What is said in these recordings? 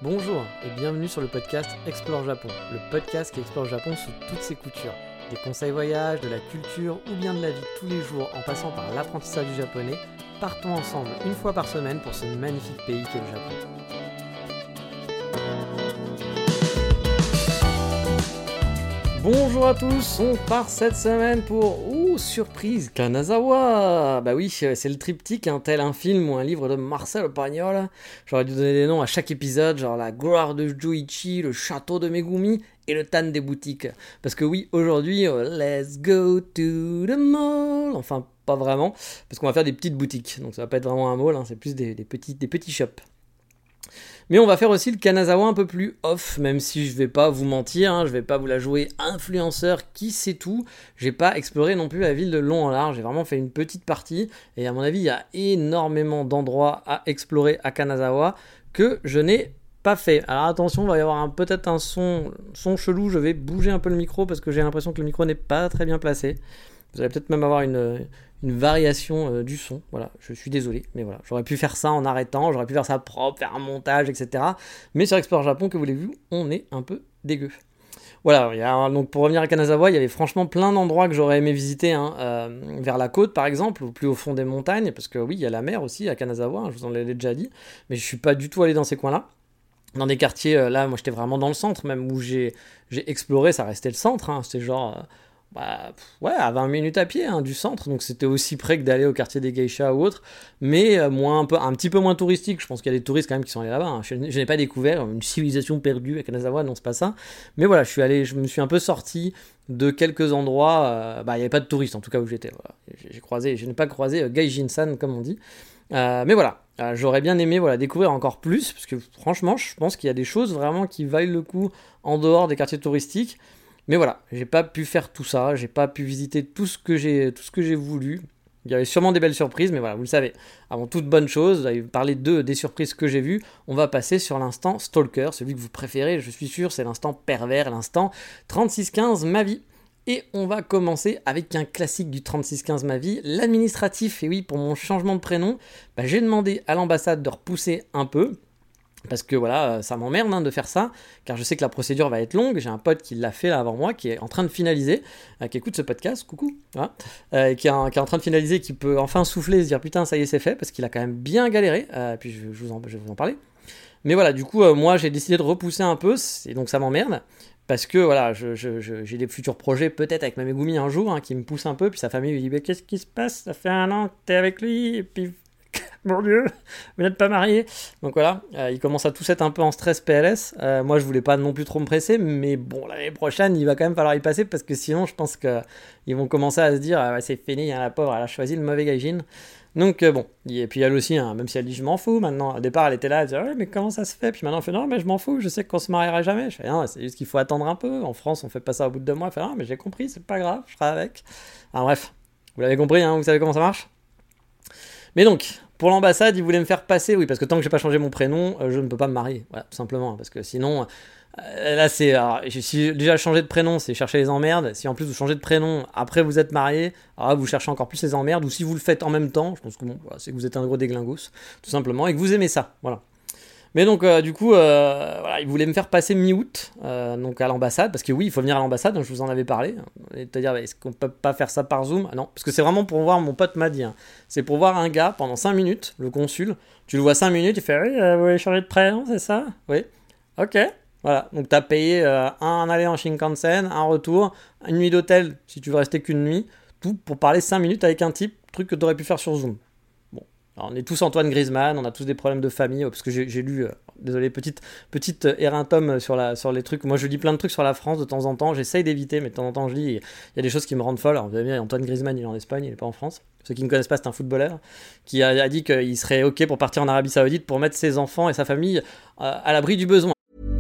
Bonjour et bienvenue sur le podcast Explore Japon, le podcast qui explore le Japon sous toutes ses coutures. Des conseils voyages, de la culture ou bien de la vie de tous les jours en passant par l'apprentissage du japonais, partons ensemble une fois par semaine pour ce magnifique pays qu'est le Japon. Bonjour à tous, on part cette semaine pour, surprise, Kanazawa. Bah oui, c'est le triptyque, tel un film ou un livre de Marcel Pagnol. J'aurais dû donner des noms à chaque épisode, genre la gloire de Joichi, le château de Megumi et le tan des boutiques. Parce que oui, aujourd'hui, let's go to the mall. Enfin, pas vraiment, parce qu'on va faire des petites boutiques. Donc ça va pas être vraiment un mall, c'est plus des petits shops. Mais on va faire aussi le Kanazawa un peu plus off, même si je vais pas vous mentir, je vais pas vous la jouer influenceur qui sait tout. J'ai pas exploré non plus la ville de long en large, j'ai vraiment fait une petite partie, et à mon avis il y a énormément d'endroits à explorer à Kanazawa que je n'ai pas fait. Alors attention, il va y avoir peut-être un son chelou, je vais bouger un peu le micro parce que j'ai l'impression que le micro n'est pas très bien placé. Vous allez peut-être même avoir une variation du son, voilà, je suis désolé, mais voilà, j'aurais pu faire ça en arrêtant, j'aurais pu faire ça propre, faire un montage, etc. Mais sur Explore Japon, que voulez-vous, on est un peu dégueu. Voilà, donc pour revenir à Kanazawa, il y avait franchement plein d'endroits que j'aurais aimé visiter, vers la côte par exemple, ou plus au fond des montagnes, parce que oui, il y a la mer aussi à Kanazawa, je vous en l'ai déjà dit, mais je suis pas du tout allé dans ces coins-là. Dans des quartiers, là, moi j'étais vraiment dans le centre, même où j'ai exploré, ça restait le centre, c'était genre... à 20 minutes à pied du centre, donc c'était aussi près que d'aller au quartier des geishas ou autre, mais un petit peu moins touristique. Je pense qu'il y a des touristes quand même qui sont allés là-bas. Je n'ai pas découvert une civilisation perdue à Kanazawa, non, c'est pas ça. Mais voilà, je me suis un peu sorti de quelques endroits. Il n'y avait pas de touristes en tout cas où j'étais. Voilà. Je n'ai pas croisé Gaijin-san comme on dit. Mais voilà, j'aurais bien aimé découvrir encore plus, parce que franchement, je pense qu'il y a des choses vraiment qui valent le coup en dehors des quartiers touristiques. Mais voilà, j'ai pas pu faire tout ça, j'ai pas pu visiter tout ce que j'ai voulu. Il y avait sûrement des belles surprises, mais voilà, vous le savez. Avant toute bonne chose, vous avez parlé des surprises que j'ai vues, on va passer sur l'instant Stalker, celui que vous préférez, je suis sûr, c'est l'instant pervers, l'instant 3615 ma vie. Et on va commencer avec un classique du 3615 ma vie, l'administratif. Et oui, pour mon changement de prénom, j'ai demandé à l'ambassade de repousser un peu. Parce que voilà, ça m'emmerde de faire ça, car je sais que la procédure va être longue. J'ai un pote qui l'a fait là avant moi, qui est en train de finaliser, qui écoute ce podcast, coucou, voilà, qui est en train de finaliser, qui peut enfin souffler et se dire putain ça y est c'est fait, parce qu'il a quand même bien galéré, puis je vais vous en parler. Mais voilà, du coup moi j'ai décidé de repousser un peu, et donc ça m'emmerde, parce que voilà, j'ai des futurs projets peut-être avec ma Megumi un jour, qui me poussent un peu, puis sa famille lui dit mais qu'est-ce qui se passe, ça fait 1 an que t'es avec lui, et puis... Mon Dieu, vous n'êtes pas mariés. Donc voilà, il commence à tous être un peu en stress PLS. Moi, je voulais pas non plus trop me presser, mais bon, l'année prochaine, il va quand même falloir y passer parce que sinon, je pense qu'ils vont commencer à se dire c'est fini, la pauvre, elle a choisi le mauvais gaijin. Donc bon, et puis elle aussi, même si elle dit je m'en fous maintenant. Au départ, elle était là, elle disait ouais, mais comment ça se fait? Puis maintenant, elle fait non, mais je m'en fous, je sais qu'on se mariera jamais. Je fais non, c'est juste qu'il faut attendre un peu. En France, on fait pas ça au bout de 2 mois. Elle fait non, mais j'ai compris, c'est pas grave, je serai avec. Alors bref, vous l'avez compris, vous savez comment ça marche. Mais donc, pour l'ambassade, ils voulaient me faire passer, oui, parce que tant que j'ai pas changé mon prénom, je ne peux pas me marier, voilà, tout simplement, parce que sinon, là si déjà changer de prénom, c'est chercher les emmerdes, si en plus vous changez de prénom, après vous êtes marié, alors là, vous cherchez encore plus les emmerdes, ou si vous le faites en même temps, je pense que bon, voilà, c'est que vous êtes un gros déglingos, tout simplement, et que vous aimez ça, voilà. Mais donc du coup, voilà, ils voulaient me faire passer mi-août, donc à l'ambassade, parce que oui, il faut venir à l'ambassade, je vous en avais parlé, c'est-à-dire est-ce qu'on peut pas faire ça par Zoom? Non, parce que c'est vraiment pour voir, mon pote m'a dit, c'est pour voir un gars pendant 5 minutes, le consul, tu le vois 5 minutes, il fait oui, vous voulez changer de prénom, c'est ça? Oui, ok, voilà, donc t'as payé un aller en Shinkansen, un retour, une nuit d'hôtel, si tu veux rester qu'une nuit, tout pour parler 5 minutes avec un type, truc que t'aurais pu faire sur Zoom. Alors, on est tous Antoine Griezmann, on a tous des problèmes de famille, parce que j'ai lu, désolé, petite éreintum sur les trucs. Moi, je lis plein de trucs sur la France de temps en temps, j'essaye d'éviter, mais de temps en temps, je lis, il y a des choses qui me rendent folle. Alors, vous avez vu, Antoine Griezmann, il est en Espagne, il n'est pas en France. Ceux qui ne connaissent pas, c'est un footballeur qui a dit qu'il serait OK pour partir en Arabie Saoudite pour mettre ses enfants et sa famille à l'abri du besoin.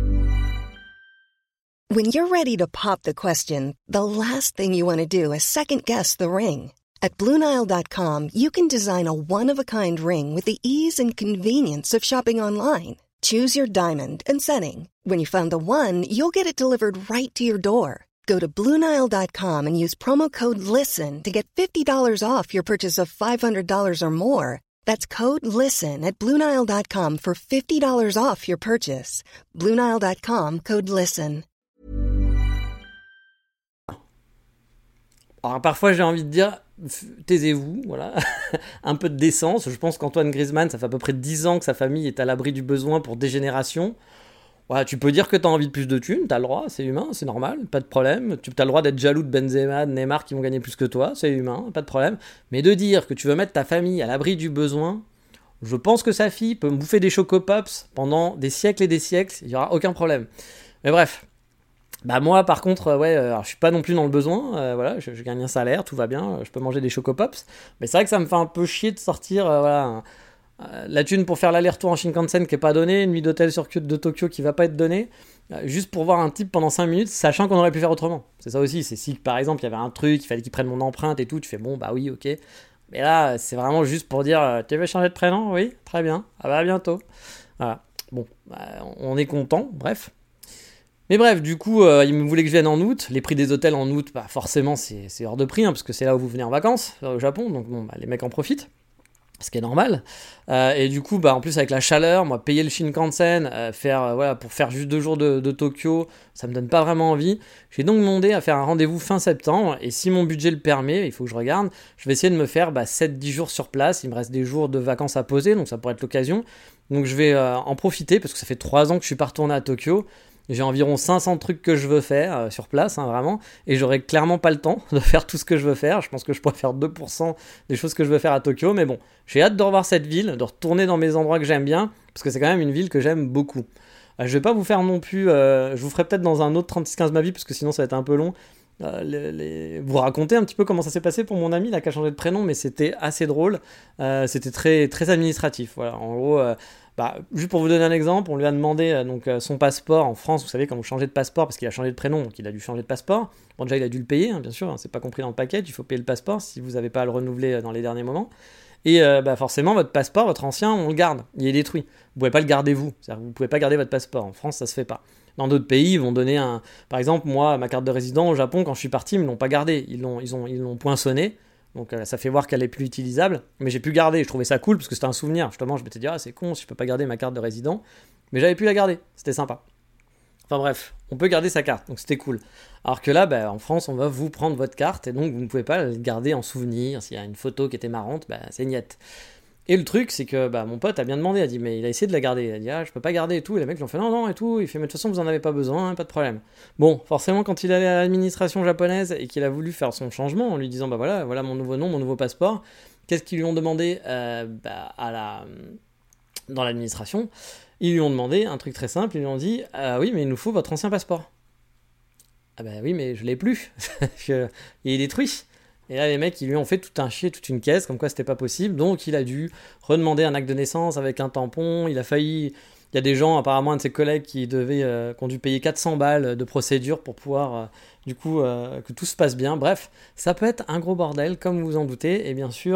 When you're ready to pop the question, the last thing you want to do is second-guess the ring. At BlueNile.com, you can design a one-of-a-kind ring with the ease and convenience of shopping online. Choose your diamond and setting. When you find the one, you'll get it delivered right to your door. Go to BlueNile.com and use promo code LISTEN to get $50 off your purchase of $500 or more. That's code LISTEN at BlueNile.com for $50 off your purchase. BlueNile.com, code LISTEN. Alors parfois j'ai envie de dire, taisez-vous, voilà, un peu de décence. Je pense qu'Antoine Griezmann, ça fait à peu près 10 ans que sa famille est à l'abri du besoin pour dégénération. Ouais, tu peux dire que t'as envie de plus de thunes, t'as le droit, c'est humain, c'est normal, pas de problème. Tu as le droit d'être jaloux de Benzema, de Neymar qui vont gagner plus que toi, c'est humain, pas de problème. Mais de dire que tu veux mettre ta famille à l'abri du besoin, je pense que sa fille peut me bouffer des chocopops pendant des siècles et des siècles, il y aura aucun problème. Mais bref. Bah moi par contre alors je suis pas non plus dans le besoin, voilà, je gagne un salaire, tout va bien, je peux manger des chocopops, mais c'est vrai que ça me fait un peu chier de sortir la thune pour faire l'aller-retour en Shinkansen qui est pas donnée, une nuit d'hôtel de Tokyo qui va pas être donnée, juste pour voir un type pendant 5 minutes, sachant qu'on aurait pu faire autrement. C'est ça aussi, c'est si par exemple il y avait un truc, il fallait qu'il prenne mon empreinte et tout, tu fais bon bah oui ok, mais là c'est vraiment juste pour dire tu veux changer de prénom, oui, très bien, ah bah à bientôt, voilà, bon, on est content, bref. Mais bref, du coup, il me voulait que je vienne en août. Les prix des hôtels en août, bah forcément, c'est hors de prix, hein, parce que c'est là où vous venez en vacances, au Japon. Donc bon, bah, les mecs en profitent, ce qui est normal. Et du coup, bah en plus avec la chaleur, moi, payer le Shinkansen, pour faire juste 2 jours de Tokyo, ça me donne pas vraiment envie. J'ai donc demandé à faire un rendez-vous fin septembre. Et si mon budget le permet, il faut que je regarde, je vais essayer de me faire 7-10 jours sur place. Il me reste des jours de vacances à poser, donc ça pourrait être l'occasion. Donc je vais en profiter, parce que ça fait 3 ans que je suis pas retourné à Tokyo. J'ai environ 500 trucs que je veux faire sur place, hein, vraiment, et j'aurai clairement pas le temps de faire tout ce que je veux faire. Je pense que je pourrais faire 2% des choses que je veux faire à Tokyo, mais bon, j'ai hâte de revoir cette ville, de retourner dans mes endroits que j'aime bien, parce que c'est quand même une ville que j'aime beaucoup. Je vais pas vous faire non plus, je vous ferai peut-être dans un autre 36-15 ma vie, parce que sinon ça va être un peu long, vous raconter un petit peu comment ça s'est passé pour mon ami là qui a changé de prénom, mais c'était assez drôle, c'était très, très administratif, voilà, en gros... juste pour vous donner un exemple, on lui a demandé son passeport en France. Vous savez, quand vous changez de passeport, parce qu'il a changé de prénom, donc il a dû changer de passeport. Bon, déjà, il a dû le payer, hein, bien sûr, hein, c'est pas compris dans le package, il faut payer le passeport si vous n'avez pas à le renouveler dans les derniers moments. Et forcément, votre passeport, votre ancien, on le garde, il est détruit. Vous pouvez pas le garder vous, c'est-à-dire que vous pouvez pas garder votre passeport. En France, ça se fait pas. Dans d'autres pays, ils vont donner par exemple, moi, ma carte de résident au Japon, quand je suis parti, ils me l'ont pas gardée, ils l'ont poinçonnée. Donc ça fait voir qu'elle est plus utilisable, mais j'ai pu garder, je trouvais ça cool parce que c'était un souvenir, justement je m'étais dit c'est con si je peux pas garder ma carte de résident, mais j'avais pu la garder, c'était sympa. Enfin bref, on peut garder sa carte, donc c'était cool. Alors que là, en France, on va vous prendre votre carte et donc vous ne pouvez pas la garder en souvenir, s'il y a une photo qui était marrante, c'est niette. Et le truc, c'est que mon pote a bien demandé, il a dit, mais il a essayé de la garder. Il a dit, je peux pas garder et tout. Et les mecs lui ont fait, non, et tout. Il fait, mais de toute façon, vous en avez pas besoin, hein, pas de problème. Bon, forcément, quand il allait à l'administration japonaise et qu'il a voulu faire son changement en lui disant, voilà mon nouveau nom, mon nouveau passeport, qu'est-ce qu'ils lui ont demandé dans l'administration? Ils lui ont demandé un truc très simple. Ils lui ont dit, oui, mais il nous faut votre ancien passeport. Ah oui, mais je l'ai plus. Il est détruit. Et là, les mecs, ils lui ont fait tout un chier, toute une caisse, comme quoi c'était pas possible. Donc, il a dû redemander un acte de naissance avec un tampon. Il a failli... Il y a des gens, apparemment, un de ses collègues qui ont dû payer 400 balles de procédure pour pouvoir, que tout se passe bien. Bref, ça peut être un gros bordel, comme vous vous en doutez. Et bien sûr,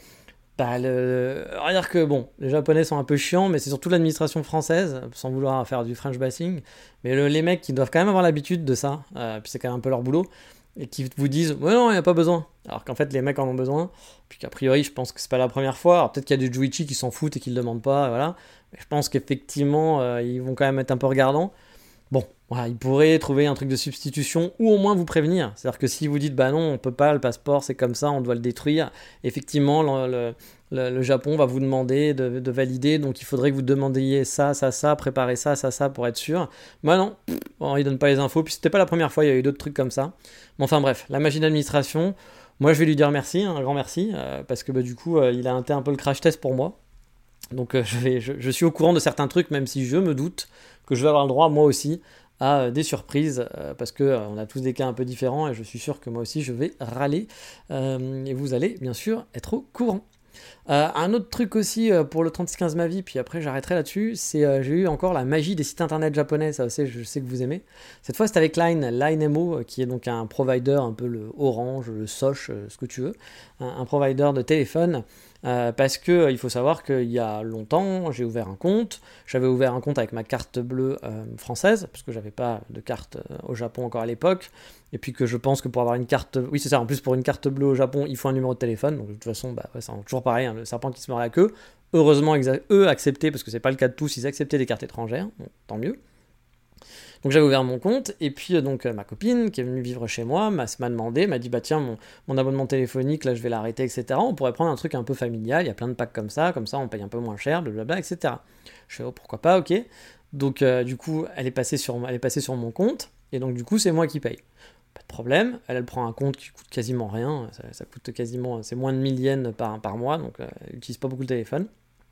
dire que, les Japonais sont un peu chiants, mais c'est surtout l'administration française, sans vouloir faire du French bashing. Mais les mecs, ils doivent quand même avoir l'habitude de ça. Puis c'est quand même un peu leur boulot. Et qui vous disent ouais non il n'y a pas besoin, alors qu'en fait les mecs en ont besoin, puis qu'a priori je pense que c'est pas la première fois. Alors peut-être qu'il y a des Juichi qui s'en foutent et qui le demandent pas, voilà, mais je pense qu'effectivement ils vont quand même être un peu regardants. Bon, voilà, ils pourraient trouver un truc de substitution ou au moins vous prévenir, c'est-à-dire que si vous dites non on peut pas, le passeport c'est comme ça, on doit le détruire, effectivement le Japon va vous demander de valider, donc il faudrait que vous demandiez ça, préparer ça pour être sûr. Moi non, ils donnent pas les infos, puis c'était pas la première fois, il y a eu d'autres trucs comme ça. Mais enfin bref, la magie d'administration, moi je vais lui dire merci, un grand merci, parce que du coup il a été un peu le crash test pour moi. Donc je suis au courant de certains trucs, même si je me doute que je vais avoir le droit moi aussi à des surprises, parce que on a tous des cas un peu différents et je suis sûr que moi aussi je vais râler, et vous allez bien sûr être au courant. Un autre truc aussi pour le 3615 ma vie, puis après j'arrêterai là-dessus, c'est j'ai eu encore la magie des sites internet japonais, ça aussi je sais que vous aimez. Cette fois c'est avec Line.mo, qui est donc un provider un peu le Orange, le Soch, ce que tu veux, un provider de téléphone, parce que il faut savoir qu'il y a longtemps, j'ai ouvert un compte. J'avais ouvert un compte avec ma carte bleue française, parce que j'avais pas de carte au Japon encore à l'époque. Et puis que je pense que pour avoir une carte... Oui, c'est ça, en plus pour une carte bleue au Japon, il faut un numéro de téléphone. Donc de toute façon, c'est toujours pareil, hein, le serpent qui se mord la queue. Heureusement, eux acceptaient, parce que c'est pas le cas de tous, ils acceptaient des cartes étrangères, donc, tant mieux. Donc j'avais ouvert mon compte, et puis donc ma copine qui est venue vivre chez moi m'a demandé, m'a dit bah tiens mon abonnement téléphonique là je vais l'arrêter, etc. On pourrait prendre un truc un peu familial, il y a plein de packs comme ça on paye un peu moins cher, blablabla, etc. Je fais oh pourquoi pas, ok. Donc du coup elle est passée sur mon compte, et donc du coup c'est moi qui paye. Pas de problème, elle prend un compte qui coûte quasiment rien, ça coûte quasiment, c'est moins de 1000 yens par mois, donc elle n'utilise pas beaucoup le téléphone.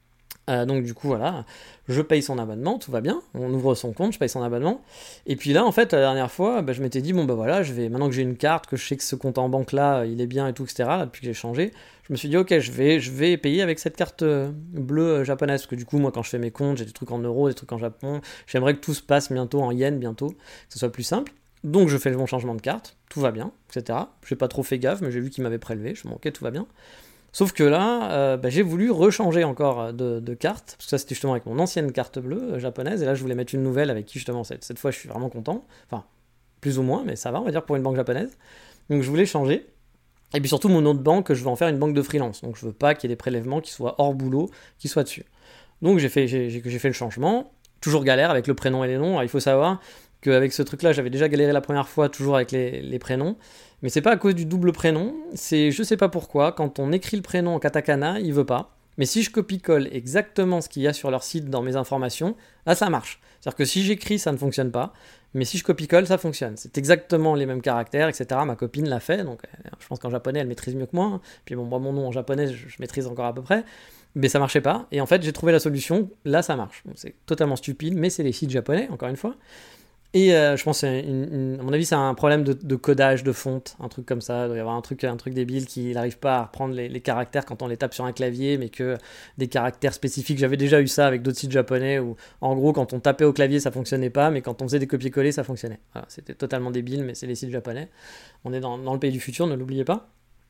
Donc du coup voilà, je paye son abonnement, tout va bien, on ouvre son compte, je paye son abonnement, et puis là en fait la dernière fois, je m'étais dit bon bah voilà, maintenant que j'ai une carte, que je sais que ce compte en banque là, il est bien et tout, etc., là, depuis que j'ai changé, je me suis dit ok, je vais payer avec cette carte bleue japonaise, parce que du coup moi quand je fais mes comptes, j'ai des trucs en euros, des trucs en Japon, j'aimerais que tout se passe bientôt en yens bientôt, que ce soit plus simple. Donc je fais mon changement de carte, tout va bien, etc. J'ai pas trop fait gaffe, mais j'ai vu qu'il m'avait prélevé, je me dis ok, tout va bien. Sauf que là, j'ai voulu rechanger encore de carte, parce que ça c'était justement avec mon ancienne carte bleue japonaise, et là je voulais mettre une nouvelle avec qui justement cette fois je suis vraiment content, enfin plus ou moins, mais ça va on va dire pour une banque japonaise. Donc je voulais changer, et puis surtout mon autre banque, je veux en faire une banque de freelance, donc je veux pas qu'il y ait des prélèvements qui soient hors boulot, qui soient dessus. Donc j'ai fait le changement, toujours galère avec le prénom et les noms. Alors, il faut savoir qu'avec ce truc-là, j'avais déjà galéré la première fois, toujours avec les prénoms. Mais c'est pas à cause du double prénom, c'est je sais pas pourquoi, quand on écrit le prénom en katakana, il veut pas. Mais si je copie-colle exactement ce qu'il y a sur leur site dans mes informations, là ça marche. C'est-à-dire que si j'écris, ça ne fonctionne pas, mais si je copie-colle, ça fonctionne. C'est exactement les mêmes caractères, etc. Ma copine l'a fait, donc je pense qu'en japonais, elle maîtrise mieux que moi. Puis bon, moi, mon nom en japonais, je maîtrise encore à peu près. Mais ça marchait pas, et en fait, j'ai trouvé la solution, là ça marche. Donc, c'est totalement stupide, mais c'est les sites japonais, encore une fois. Et je pense, à mon avis, c'est un problème de codage de fonte, un truc comme ça. Il doit y avoir un truc débile qui n'arrive pas à reprendre les caractères quand on les tape sur un clavier, mais que des caractères spécifiques. J'avais déjà eu ça avec d'autres sites japonais où, en gros, quand on tapait au clavier, ça fonctionnait pas, mais quand on faisait des copier-coller, ça fonctionnait. Voilà, c'était totalement débile, mais c'est les sites japonais. On est dans le pays du futur, ne l'oubliez pas.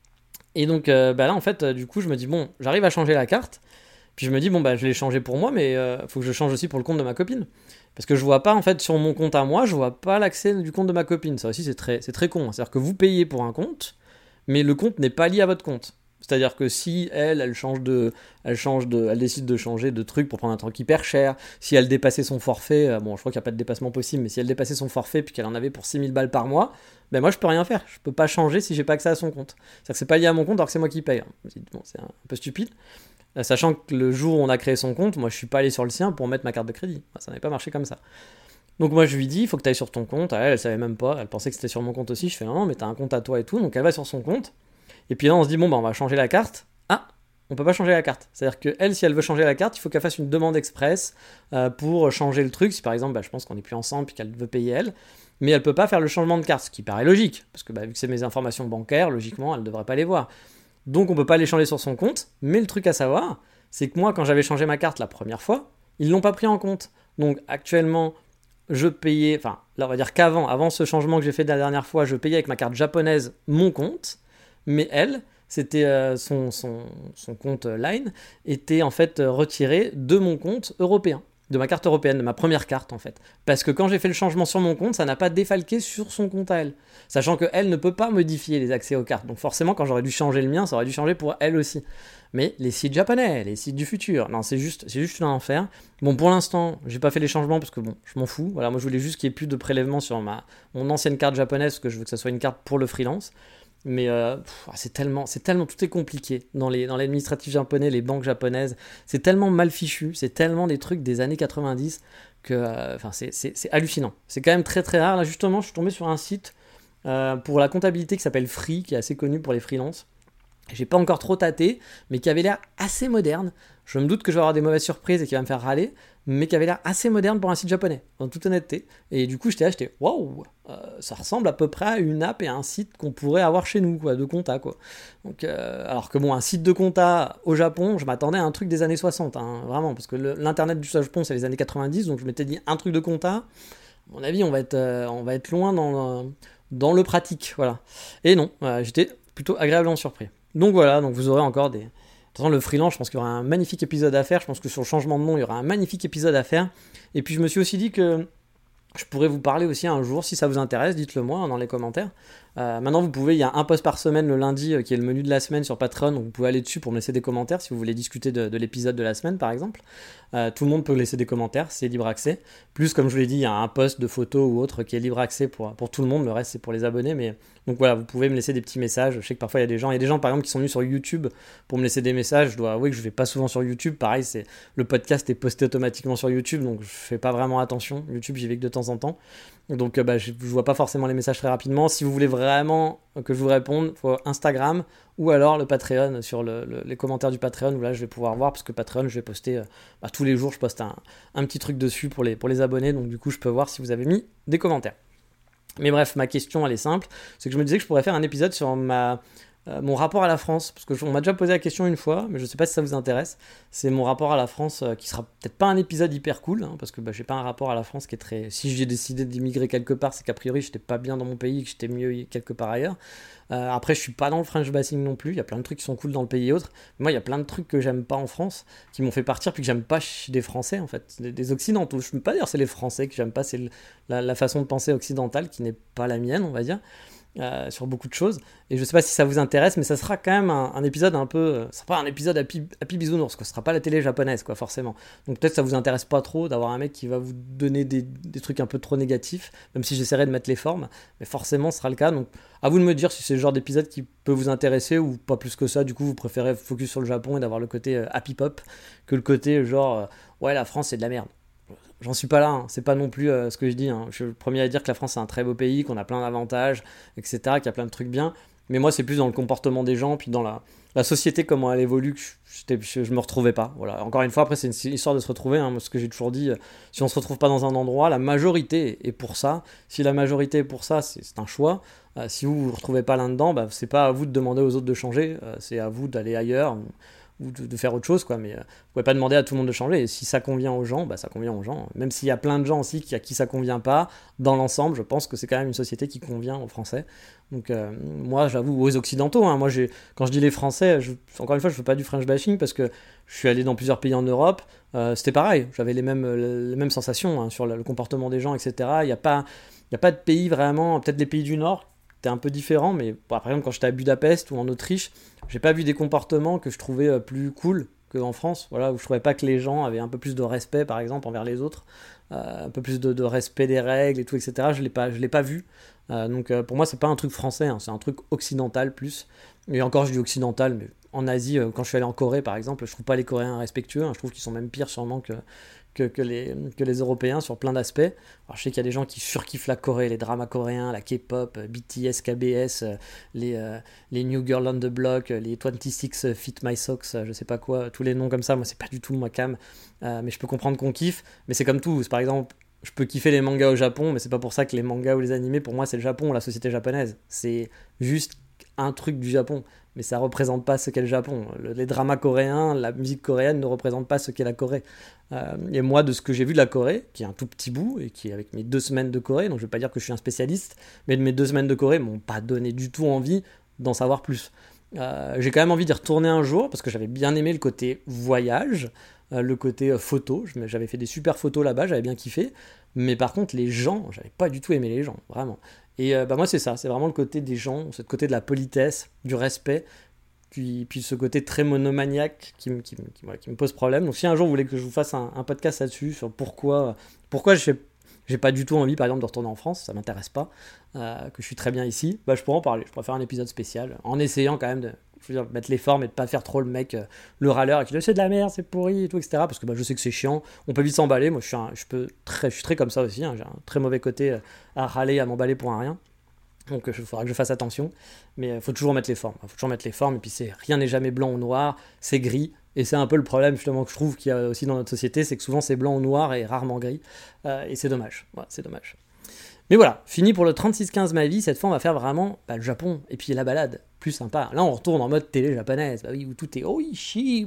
Et donc là, en fait, du coup, je me dis, bon, j'arrive à changer la carte. Puis je me dis, bon, je l'ai changé pour moi, mais faut que je change aussi pour le compte de ma copine. Parce que je vois pas, en fait, sur mon compte à moi, je vois pas l'accès du compte de ma copine. Ça aussi, c'est très con. C'est-à-dire que vous payez pour un compte, mais le compte n'est pas lié à votre compte. C'est-à-dire que si elle décide de changer de truc pour prendre un truc hyper cher, si elle dépassait son forfait, bon, je crois qu'il n'y a pas de dépassement possible, mais si elle dépassait son forfait puis qu'elle en avait pour 6000 balles par mois, moi je peux rien faire. Je peux pas changer si j'ai pas accès à son compte. C'est-à-dire que c'est pas lié à mon compte alors que c'est moi qui paye. Bon, c'est un peu stupide. Sachant que le jour où on a créé son compte, moi je suis pas allé sur le sien pour mettre ma carte de crédit. Ça n'avait pas marché comme ça. Donc moi je lui dis, il faut que tu ailles sur ton compte. Elle savait même pas, elle pensait que c'était sur mon compte aussi. Je fais non, mais t'as un compte à toi et tout. Donc elle va sur son compte. Et puis là on se dit, bon, on va changer la carte. Ah, on peut pas changer la carte. C'est-à-dire que elle, si elle veut changer la carte, il faut qu'elle fasse une demande express pour changer le truc. Si par exemple, je pense qu'on n'est plus ensemble puis qu'elle veut payer elle. Mais elle peut pas faire le changement de carte, ce qui paraît logique. Parce que vu que c'est mes informations bancaires, logiquement, elle devrait pas les voir. Donc on peut pas les changer sur son compte, mais le truc à savoir, c'est que moi quand j'avais changé ma carte la première fois, ils l'ont pas pris en compte. Donc actuellement, je payais, enfin là on va dire avant ce changement que j'ai fait la dernière fois, je payais avec ma carte japonaise mon compte, mais elle, c'était son compte Line, était en fait retiré de mon compte européen. De ma carte européenne, de ma première carte en fait. Parce que quand j'ai fait le changement sur mon compte, ça n'a pas défalqué sur son compte à elle. Sachant qu'elle ne peut pas modifier les accès aux cartes. Donc forcément, quand j'aurais dû changer le mien, ça aurait dû changer pour elle aussi. Mais les sites japonais, les sites du futur, non, c'est juste un enfer. Bon, pour l'instant, j'ai pas fait les changements parce que bon, je m'en fous. Voilà, moi je voulais juste qu'il n'y ait plus de prélèvements sur mon ancienne carte japonaise parce que je veux que ça soit une carte pour le freelance. Mais c'est tellement, tout est compliqué dans l'administratif japonais, les banques japonaises, c'est tellement mal fichu, c'est tellement des trucs des années 90 que c'est hallucinant. C'est quand même très très rare. Là justement, je suis tombé sur un site pour la comptabilité qui s'appelle Free, qui est assez connu pour les freelances. J'ai pas encore trop tâté, mais qui avait l'air assez moderne. Je me doute que je vais avoir des mauvaises surprises et qui va me faire râler, mais qui avait l'air assez moderne pour un site japonais, en toute honnêteté. Et du coup, j'étais waouh, ça ressemble à peu près à une app et à un site qu'on pourrait avoir chez nous, quoi, de compta, quoi. Donc, alors que bon, un site de compta au Japon, je m'attendais à un truc des années 60, hein, vraiment, parce que l'internet du Japon, c'est les années 90, donc je m'étais dit un truc de compta. À mon avis, on va être loin dans le pratique, voilà. Et non, j'étais plutôt agréablement surpris. Donc voilà, donc vous aurez encore toute façon, le freelance, je pense qu'il y aura un magnifique épisode à faire. Je pense que sur le changement de nom, il y aura un magnifique épisode à faire. Et puis je me suis aussi dit que je pourrais vous parler aussi un jour, si ça vous intéresse, dites-le moi dans les commentaires. Maintenant, vous pouvez, il y a un post par semaine le lundi qui est le menu de la semaine sur Patreon, donc vous pouvez aller dessus pour me laisser des commentaires si vous voulez discuter de l'épisode de la semaine par exemple. Tout le monde peut laisser des commentaires, c'est libre accès. Plus, comme je vous l'ai dit, il y a un post de photos ou autre qui est libre accès pour tout le monde, le reste c'est pour les abonnés. Mais donc voilà, vous pouvez me laisser des petits messages. Je sais que parfois il y a des gens par exemple qui sont venus sur YouTube pour me laisser des messages. Je dois avouer que je vais pas souvent sur YouTube. Pareil, le podcast est posté automatiquement sur YouTube, donc je fais pas vraiment attention. YouTube, j'y vais que de temps en temps. Donc je vois pas forcément les messages très rapidement. Si vous voulez vraiment que je vous réponde, il faut Instagram ou alors le Patreon sur les commentaires du Patreon où là je vais pouvoir voir, parce que Patreon je vais poster tous les jours, je poste un petit truc dessus pour les abonnés, donc du coup je peux voir si vous avez mis des commentaires. Mais bref, ma question elle est simple, c'est que je me disais que je pourrais faire un épisode sur mon rapport à la France, parce qu'on m'a déjà posé la question une fois, mais je ne sais pas si ça vous intéresse. C'est mon rapport à la France, qui sera peut-être pas un épisode hyper cool, parce que j'ai pas un rapport à la France qui est très... Si j'ai décidé d'immigrer quelque part, c'est qu'a priori j'étais pas bien dans mon pays, que j'étais mieux quelque part ailleurs. Après, je suis pas dans le French bashing non plus, il y a plein de trucs qui sont cool dans le pays et autres. Mais moi, il y a plein de trucs que j'aime pas en France, qui m'ont fait partir, puis que j'aime pas chez des Français, en fait, des Occidentaux. Je ne peux pas dire c'est les Français que j'aime pas, c'est la façon de penser occidentale qui n'est pas la mienne, on va dire. Sur beaucoup de choses, et je sais pas si ça vous intéresse, mais ça sera quand même un épisode un peu, ça sera pas un épisode happy bisounours, quoi. Ce sera pas la télé japonaise, quoi, forcément. Donc peut-être ça vous intéresse pas trop d'avoir un mec qui va vous donner des trucs un peu trop négatifs, même si j'essaierai de mettre les formes, mais forcément ce sera le cas. Donc à vous de me dire si c'est le genre d'épisode qui peut vous intéresser ou pas plus que ça. Du coup vous préférez focus sur le Japon et d'avoir le côté happy pop que le côté genre ouais, la France c'est de la merde. J'en suis pas là, hein. C'est pas non plus ce que je dis. Je suis le premier à dire que la France c'est un très beau pays, qu'on a plein d'avantages, etc., qu'il y a plein de trucs bien. Mais moi c'est plus dans le comportement des gens, puis dans la société, comment elle évolue, que je me retrouvais pas. Voilà. Encore une fois, après c'est une histoire de se retrouver, ce que j'ai toujours dit, si on se retrouve pas dans un endroit, la majorité est pour ça. Si la majorité est pour ça, c'est un choix. Si vous vous retrouvez pas là-dedans, c'est pas à vous de demander aux autres de changer, c'est à vous d'aller ailleurs, ou de faire autre chose, quoi. Mais vous pouvez pas demander à tout le monde de changer, et si ça convient aux gens, ça convient aux gens, même s'il y a plein de gens aussi à qui ça convient pas. Dans l'ensemble, je pense que c'est quand même une société qui convient aux Français. Donc moi j'avoue, aux Occidentaux, moi quand je dis les Français, encore une fois je fais pas du French bashing, parce que je suis allé dans plusieurs pays en Europe, c'était pareil, j'avais les mêmes sensations sur le comportement des gens, etc. Il y a pas de pays vraiment, peut-être les pays du Nord c'était un peu différent, mais par exemple quand j'étais à Budapest ou en Autriche, j'ai pas vu des comportements que je trouvais plus cool qu'en France, voilà, où je trouvais pas que les gens avaient un peu plus de respect par exemple envers les autres, un peu plus de respect des règles et tout, etc. Je l'ai pas vu. Donc pour moi c'est pas un truc français, c'est un truc occidental plus. Et encore je dis occidental, mais en Asie, quand je suis allé en Corée par exemple, je trouve pas les Coréens respectueux, je trouve qu'ils sont même pires sûrement que les Européens sur plein d'aspects. Alors je sais qu'il y a des gens qui surkiffent la Corée, les dramas coréens, la K-pop, BTS, KBS, les New Girl on the Block, les 26 Fit My Socks, je sais pas quoi, tous les noms comme ça, moi c'est pas du tout ma cam, mais je peux comprendre qu'on kiffe, mais c'est comme tout, par exemple, je peux kiffer les mangas au Japon, mais c'est pas pour ça que les mangas ou les animés, pour moi c'est le Japon, la société japonaise, c'est juste un truc du Japon, mais ça représente pas ce qu'est le Japon. Les dramas coréens, la musique coréenne ne représente pas ce qu'est la Corée. Et moi, de ce que j'ai vu de la Corée, qui est un tout petit bout, et qui est avec mes 2 semaines de Corée, donc je vais pas dire que je suis un spécialiste, mais de mes 2 semaines de Corée m'ont pas donné du tout envie d'en savoir plus. J'ai quand même envie d'y retourner un jour, parce que j'avais bien aimé le côté voyage, le côté photo, j'avais fait des super photos là-bas, j'avais bien kiffé, mais par contre les gens, j'avais pas du tout aimé les gens, vraiment. Et moi c'est ça, c'est vraiment le côté des gens, ce côté de la politesse, du respect, puis ce côté très monomaniaque qui me pose problème. Donc si un jour vous voulez que je vous fasse un podcast là-dessus, sur pourquoi j'ai pas du tout envie par exemple de retourner en France, ça m'intéresse pas, que je suis très bien ici, je pourrais en parler, je pourrais faire un épisode spécial, en essayant quand même de mettre les formes et de pas faire trop le mec, le râleur, et qui dit c'est de la merde, c'est pourri et tout, etc. Parce que je sais que c'est chiant, on peut vite s'emballer, moi je suis très comme ça aussi, j'ai un très mauvais côté à râler, à m'emballer pour un rien. Donc il faudra que je fasse attention, mais il faut toujours mettre les formes, et puis rien n'est jamais blanc ou noir, c'est gris, et c'est un peu le problème justement que je trouve qu'il y a aussi dans notre société, c'est que souvent c'est blanc ou noir et rarement gris, et c'est dommage, c'est dommage. Mais voilà, fini pour le 36-15 ma vie, cette fois on va faire vraiment le Japon, et puis la balade, plus sympa. Là on retourne en mode télé japonaise, oui, où tout est oishi,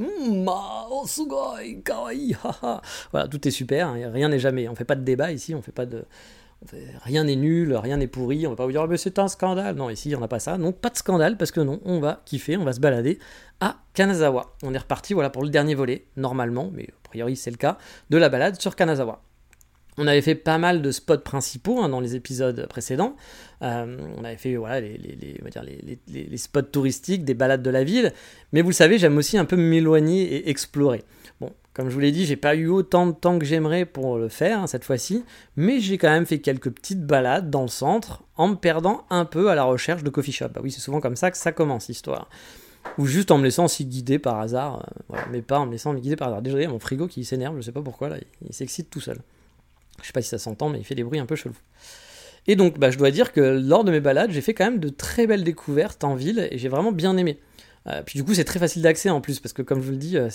sugoi, kawaii, haha. Voilà, tout est super, rien n'est jamais, on fait pas de débat ici, on fait pas de rien n'est nul, rien n'est pourri, on va pas vous dire mais c'est un scandale. Non, ici on n'a pas ça, donc pas de scandale parce que non, on va kiffer, on va se balader à Kanazawa. On est reparti voilà pour le dernier volet, normalement, mais a priori c'est le cas, de la balade sur Kanazawa. On avait fait pas mal de spots principaux dans les épisodes précédents. On avait fait voilà, les spots touristiques, des balades de la ville. Mais vous le savez, j'aime aussi un peu m'éloigner et explorer. Bon, comme je vous l'ai dit, j'ai pas eu autant de temps que j'aimerais pour le faire cette fois-ci. Mais j'ai quand même fait quelques petites balades dans le centre en me perdant un peu à la recherche de coffee shop. Bah oui, c'est souvent comme ça que ça commence l'histoire. Ou juste en me laissant aussi guider par hasard. Voilà, mais pas en me laissant me guider par hasard. Désolé, mon frigo qui s'énerve, je sais pas pourquoi, là, il s'excite tout seul. Je sais pas si ça s'entend, mais il fait des bruits un peu chelous. Et donc, je dois dire que lors de mes balades, j'ai fait quand même de très belles découvertes en ville et j'ai vraiment bien aimé. Puis du coup, c'est très facile d'accès en plus, parce que comme je vous le dis,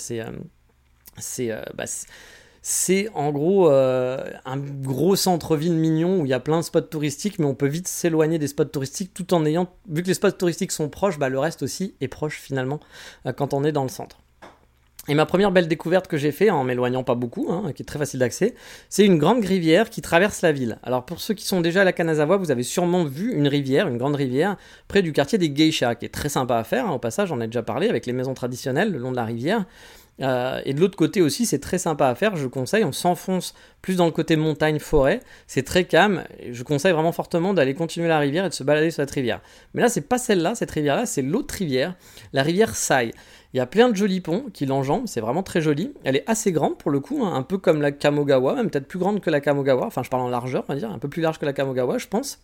c'est en gros un gros centre-ville mignon où il y a plein de spots touristiques, mais on peut vite s'éloigner des spots touristiques tout en ayant, vu que les spots touristiques sont proches, le reste aussi est proche finalement quand on est dans le centre. Et ma première belle découverte que j'ai fait en m'éloignant pas beaucoup, qui est très facile d'accès, c'est une grande rivière qui traverse la ville. Alors pour ceux qui sont déjà à la Kanazawa, vous avez sûrement vu une grande rivière, près du quartier des geishas, qui est très sympa à faire, au passage j'en ai déjà parlé, avec les maisons traditionnelles le long de la rivière. Et de l'autre côté aussi, c'est très sympa à faire, je conseille, on s'enfonce plus dans le côté montagne-forêt, c'est très calme, et je conseille vraiment fortement d'aller continuer la rivière et de se balader sur cette rivière. Mais là, c'est pas celle-là, cette rivière-là, c'est l'autre rivière, la rivière Sai. Il y a plein de jolis ponts qui l'enjambent, c'est vraiment très joli. Elle est assez grande pour le coup, un peu comme la Kamogawa, même peut-être plus grande que la Kamogawa, enfin je parle en largeur, on va dire, un peu plus large que la Kamogawa, je pense.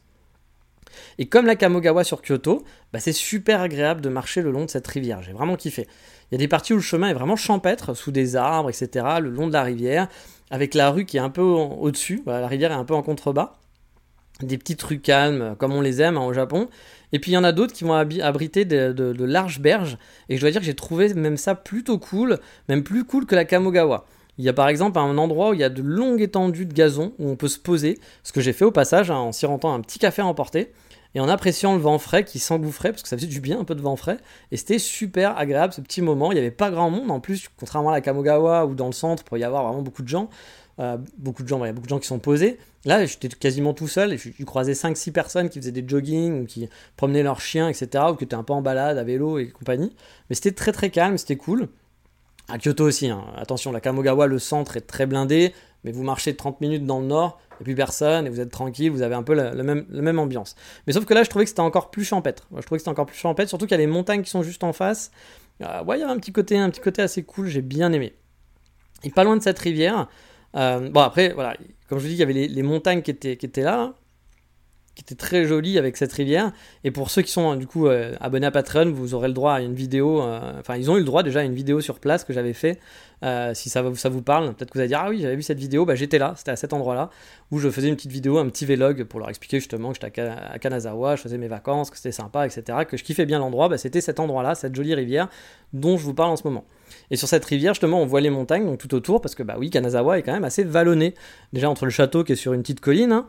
Et comme la Kamogawa sur Kyoto, c'est super agréable de marcher le long de cette rivière, j'ai vraiment kiffé. Il y a des parties où le chemin est vraiment champêtre, sous des arbres, etc., le long de la rivière, avec la rue qui est un peu au-dessus, voilà, la rivière est un peu en contrebas, des petites rues calmes, comme on les aime au Japon. Et puis il y en a d'autres qui vont abriter de larges berges, et je dois dire que j'ai trouvé même ça plutôt cool, même plus cool que la Kamogawa. Il y a par exemple un endroit où il y a de longues étendues de gazon, où on peut se poser, ce que j'ai fait au passage, en sirotant un petit café à emporter, et en appréciant le vent frais qui s'engouffrait, parce que ça faisait du bien un peu de vent frais, et c'était super agréable ce petit moment. Il n'y avait pas grand monde en plus, contrairement à la Kamogawa où dans le centre il peut y avoir vraiment beaucoup de gens. Il y a beaucoup de gens qui sont posés. Là, j'étais quasiment tout seul et je croisais 5-6 personnes qui faisaient des jogging ou qui promenaient leurs chiens, etc. ou qui étaient un peu en balade à vélo et compagnie. Mais c'était très très calme, c'était cool. À Kyoto aussi, attention, la Kamogawa, le centre est très blindé, mais vous marchez 30 minutes dans le nord, il n'y a plus personne et vous êtes tranquille, vous avez un peu la même ambiance. Mais sauf que là, je trouvais que c'était encore plus champêtre. Surtout qu'il y a les montagnes qui sont juste en face. Il y avait un petit côté assez cool, j'ai bien aimé. Et pas loin de cette rivière, après, voilà, comme je vous dis, il y avait les montagnes qui étaient là, qui étaient très jolies avec cette rivière. Et pour ceux qui sont du coup abonnés à Patreon, vous aurez le droit à une vidéo, ils ont eu le droit déjà à une vidéo sur place que j'avais fait. Si ça vous parle, peut-être que vous allez dire ah oui, j'avais vu cette vidéo, j'étais là, c'était à cet endroit-là où je faisais une petite vidéo, un petit vlog pour leur expliquer justement que j'étais à Kanazawa, je faisais mes vacances, que c'était sympa, etc., que je kiffais bien l'endroit. C'était cet endroit-là, cette jolie rivière dont je vous parle en ce moment. Et sur cette rivière, justement, on voit les montagnes donc tout autour, parce que oui, Kanazawa est quand même assez vallonné. Déjà entre le château qui est sur une petite colline,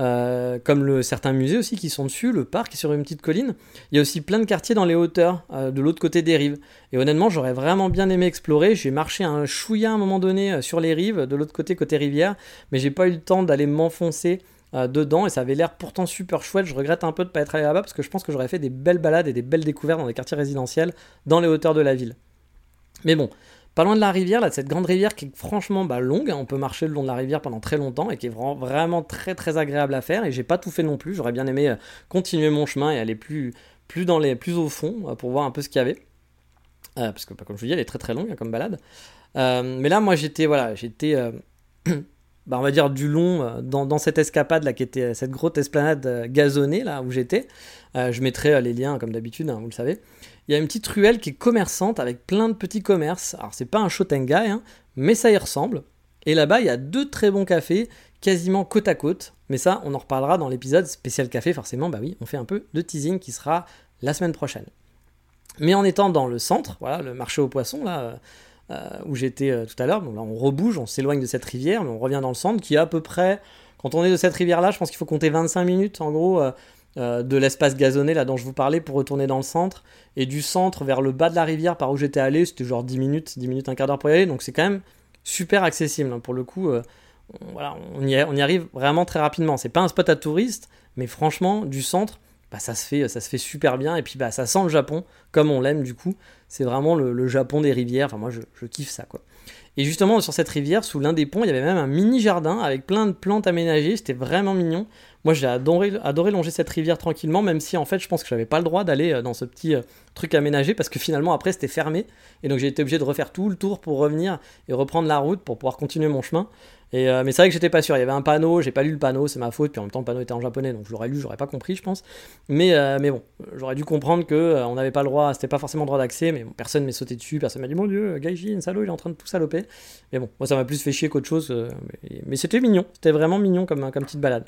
comme certains musées aussi qui sont dessus, le parc est sur une petite colline. Il y a aussi plein de quartiers dans les hauteurs, de l'autre côté des rives. Et honnêtement, j'aurais vraiment bien aimé explorer. J'ai marché un chouïa à un moment donné sur les rives, de l'autre côté rivière, mais j'ai pas eu le temps d'aller m'enfoncer dedans, et ça avait l'air pourtant super chouette. Je regrette un peu de pas être allé là-bas, parce que je pense que j'aurais fait des belles balades et des belles découvertes dans des quartiers résidentiels dans les hauteurs de la ville. Mais bon, pas loin de la rivière, là, de cette grande rivière qui est franchement longue, on peut marcher le long de la rivière pendant très longtemps et qui est vraiment très très agréable à faire, et j'ai pas tout fait non plus, j'aurais bien aimé continuer mon chemin et aller plus au fond pour voir un peu ce qu'il y avait, parce que comme je vous dis, elle est très très longue comme balade, mais là moi j'étais on va dire du long dans cette escapade là qui était cette grosse esplanade gazonnée là où j'étais. Je mettrai les liens comme d'habitude, vous le savez. Il y a une petite ruelle qui est commerçante avec plein de petits commerces. Alors c'est pas un Shotengai, mais ça y ressemble. Et là-bas il y a 2 très bons cafés quasiment côte à côte. Mais ça on en reparlera dans l'épisode spécial café forcément. Oui, on fait un peu de teasing qui sera la semaine prochaine. Mais en étant dans le centre, voilà le marché aux poissons là. Où j'étais tout à l'heure, donc là on rebouge, on s'éloigne de cette rivière, mais on revient dans le centre qui est à peu près, quand on est de cette rivière là, je pense qu'il faut compter 25 minutes en gros de l'espace gazonné là dont je vous parlais pour retourner dans le centre, et du centre vers le bas de la rivière par où j'étais allé, c'était genre 10 minutes, un quart d'heure pour y aller, donc c'est quand même super accessible, pour le coup on y arrive vraiment très rapidement. C'est pas un spot à touristes, mais franchement, du centre, ça se fait super bien. Et puis ça sent le Japon, comme on l'aime du coup. C'est vraiment le Japon des rivières. Enfin, moi, je kiffe ça, quoi. Et justement, sur cette rivière, sous l'un des ponts, il y avait même un mini jardin avec plein de plantes aménagées. C'était vraiment mignon. Moi, j'ai adoré longer cette rivière tranquillement, même si en fait, je pense que j'avais pas le droit d'aller dans ce petit truc aménagé parce que finalement, après, c'était fermé. Et donc, j'ai été obligé de refaire tout le tour pour revenir et reprendre la route pour pouvoir continuer mon chemin. Mais c'est vrai que j'étais pas sûr. Il y avait un panneau, j'ai pas lu le panneau, c'est ma faute. Puis en même temps, le panneau était en japonais, donc je l'aurais lu, j'aurais pas compris, je pense. Mais bon, j'aurais dû comprendre que on n'avait pas le droit, c'était pas forcément droit d'accès. Mais bon, personne m'est sauté dessus, personne m'a dit mon Dieu, Gaijin, salaud, il est en train de tout saloper. Mais bon, moi ça m'a plus fait chier qu'autre chose. Mais c'était mignon, c'était vraiment mignon comme petite balade.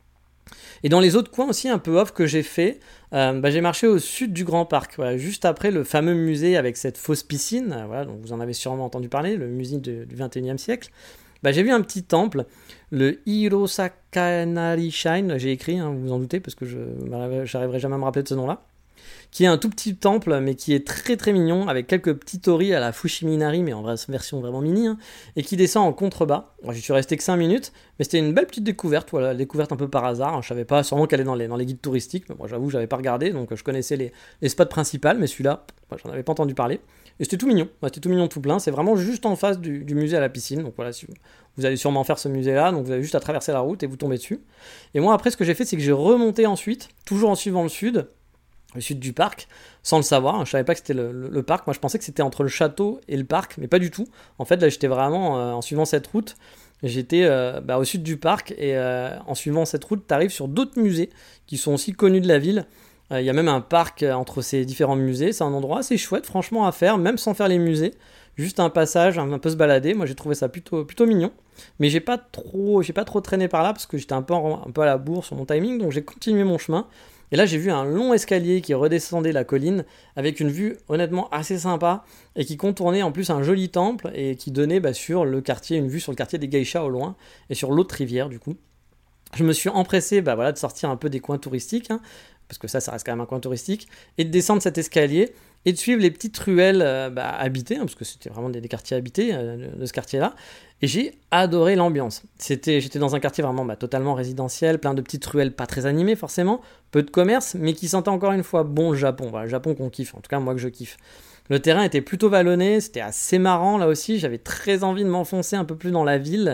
Et dans les autres coins aussi un peu off que j'ai fait, j'ai marché au sud du Grand Parc, voilà, juste après le fameux musée avec cette fausse piscine, voilà, donc vous en avez sûrement entendu parler, le musée du 21e siècle. J'ai vu un petit temple, le Hirosakanari Shrine, j'ai écrit, vous vous en doutez, parce que je n'arriverai jamais à me rappeler de ce nom-là, qui est un tout petit temple, mais qui est très très mignon, avec quelques petits torii à la Fushiminari, mais en version vraiment mini, et qui descend en contrebas. Moi, j'y suis resté que 5 minutes, mais c'était une belle petite découverte, voilà, découverte un peu par hasard. Je savais pas sûrement qu'elle est dans les guides touristiques, mais moi j'avoue, j'avais pas regardé, donc je connaissais les spots principaux, mais celui-là, j'en avais pas entendu parler. Et c'était tout mignon tout plein. C'est vraiment juste en face du musée à la piscine. Donc voilà, vous allez sûrement faire ce musée-là, donc vous avez juste à traverser la route et vous tombez dessus. Et moi, après, ce que j'ai fait, c'est que j'ai remonté ensuite, toujours en suivant le sud du parc, sans le savoir. Je savais pas que c'était le parc. Moi, je pensais que c'était entre le château et le parc, mais pas du tout. En fait, là, j'étais vraiment en suivant cette route. J'étais au sud du parc et en suivant cette route, tu arrives sur d'autres musées qui sont aussi connus de la ville. Il y a même un parc entre ces différents musées. C'est un endroit assez chouette, franchement, à faire, même sans faire les musées. Juste un passage, un peu se balader. Moi, j'ai trouvé ça plutôt mignon. Mais j'ai pas trop traîné par là parce que j'étais un peu à la bourre sur mon timing. Donc, j'ai continué mon chemin. Et là, j'ai vu un long escalier qui redescendait la colline avec une vue honnêtement assez sympa et qui contournait en plus un joli temple et qui donnait sur le quartier, une vue sur le quartier des geishas au loin et sur l'autre rivière du coup. Je me suis empressé de sortir un peu des coins touristiques, parce que ça reste quand même un coin touristique, et de descendre cet escalier et de suivre les petites ruelles habitées, parce que c'était vraiment des quartiers habités de ce quartier-là. Et j'ai adoré l'ambiance. J'étais dans un quartier vraiment totalement résidentiel, plein de petites ruelles pas très animées forcément, peu de commerce, mais qui sentait encore une fois bon le Japon. Voilà, le Japon qu'on kiffe, en tout cas moi que je kiffe. Le terrain était plutôt vallonné, c'était assez marrant là aussi, j'avais très envie de m'enfoncer un peu plus dans la ville,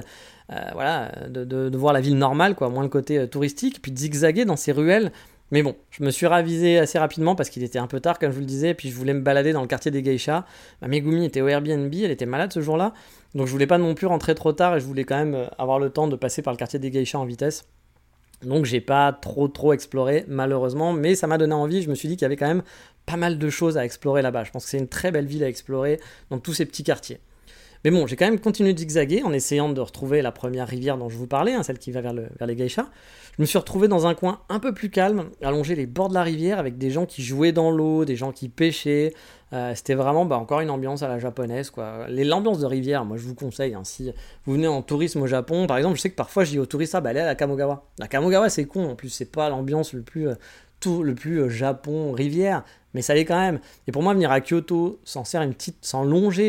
de voir la ville normale, quoi, moins le côté touristique, puis de zigzaguer dans ces ruelles. Mais bon, je me suis ravisé assez rapidement parce qu'il était un peu tard, comme je vous le disais, et puis je voulais me balader dans le quartier des geishas. Megumi était au Airbnb, elle était malade ce jour-là, donc je voulais pas non plus rentrer trop tard et je voulais quand même avoir le temps de passer par le quartier des geishas en vitesse. Donc j'ai pas trop exploré malheureusement, mais ça m'a donné envie. Je me suis dit qu'il y avait quand même pas mal de choses à explorer là-bas. Je pense que c'est une très belle ville à explorer dans tous ces petits quartiers. Mais bon, j'ai quand même continué de zigzaguer en essayant de retrouver la première rivière dont je vous parlais, celle qui va vers les geishas. Je me suis retrouvé dans un coin un peu plus calme, allongé les bords de la rivière avec des gens qui jouaient dans l'eau, des gens qui pêchaient. C'était vraiment encore une ambiance à la japonaise, quoi. L'ambiance de rivière, moi je vous conseille, si vous venez en tourisme au Japon, par exemple, je sais que parfois je dis aux touristes, allez à la Kamogawa. La Kamogawa c'est con, en plus c'est pas l'ambiance le plus Japon rivière, mais ça l'est quand même. Et pour moi, venir à Kyoto sans longer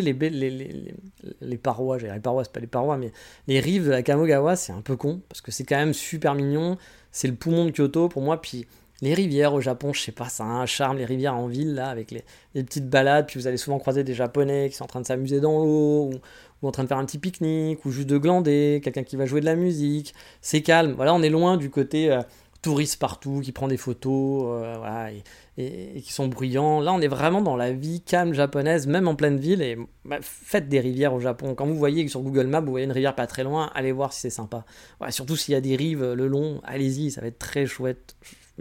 les parois, j'allais dire les parois, c'est pas les parois, mais les rives de la Kamogawa, c'est un peu con, parce que c'est quand même super mignon, c'est le poumon de Kyoto pour moi, puis les rivières au Japon, je sais pas, ça a un charme, les rivières en ville, là, avec les petites balades, puis vous allez souvent croiser des Japonais qui sont en train de s'amuser dans l'eau, ou en train de faire un petit pique-nique, ou juste de glander, quelqu'un qui va jouer de la musique, c'est calme, voilà, on est loin du côté... touristes partout, qui prend des photos, et qui sont bruyants. Là, on est vraiment dans la vie calme japonaise, même en pleine ville, et faites des rivières au Japon. Quand vous voyez que sur Google Maps, vous voyez une rivière pas très loin, allez voir si c'est sympa. Surtout s'il y a des rives le long, allez-y, ça va être très chouette.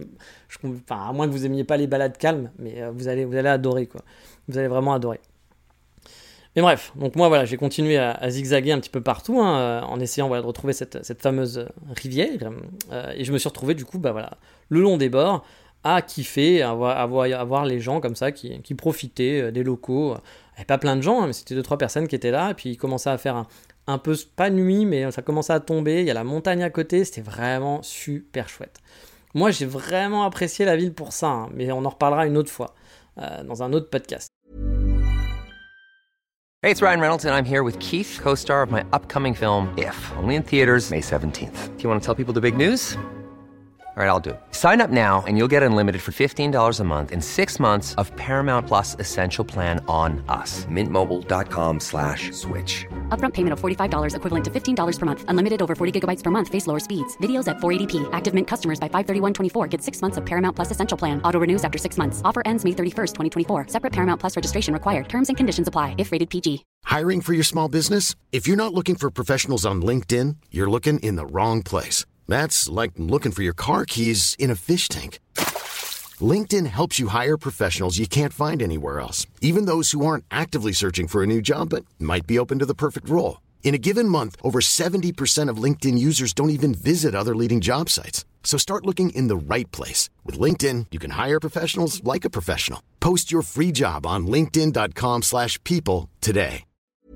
À moins que vous aimiez pas les balades calmes, mais vous allez adorer, quoi. Vous allez vraiment adorer. Mais bref, donc moi j'ai continué à zigzaguer un petit peu partout en essayant de retrouver cette fameuse rivière et je me suis retrouvé du coup le long des bords à kiffer, à voir les gens comme ça qui profitaient des locaux. Il n'y avait pas plein de gens, mais c'était 2-3 personnes qui étaient là et puis il commençait à faire un peu, pas nuit, mais ça commençait à tomber, il y a la montagne à côté, c'était vraiment super chouette. Moi j'ai vraiment apprécié la ville pour ça, mais on en reparlera une autre fois dans un autre podcast. Hey, it's Ryan Reynolds, and I'm here with Keith, co-star of my upcoming film, If, only in theaters May 17th. Do you want to tell people the big news? All right, I'll do it. Sign up now and you'll get unlimited for $15 a month and 6 months of Paramount Plus Essential Plan on us. MintMobile.com/switch. Upfront payment of $45 equivalent to $15 per month. Unlimited over 40 gigabytes per month. Face lower speeds. Videos at 480p. Active Mint customers by 531.24 get 6 months of Paramount Plus Essential Plan. Auto renews after 6 months. Offer ends May 31st, 2024. Separate Paramount Plus registration required. Terms and conditions apply if rated PG. Hiring for your small business? If you're not looking for professionals on LinkedIn, you're looking in the wrong place. That's like looking for your car keys in a fish tank. LinkedIn helps you hire professionals you can't find anywhere else, even those who aren't actively searching for a new job but might be open to the perfect role. In a given month, over 70% of LinkedIn users don't even visit other leading job sites. So start looking in the right place. With LinkedIn, you can hire professionals like a professional. Post your free job on linkedin.com/people today.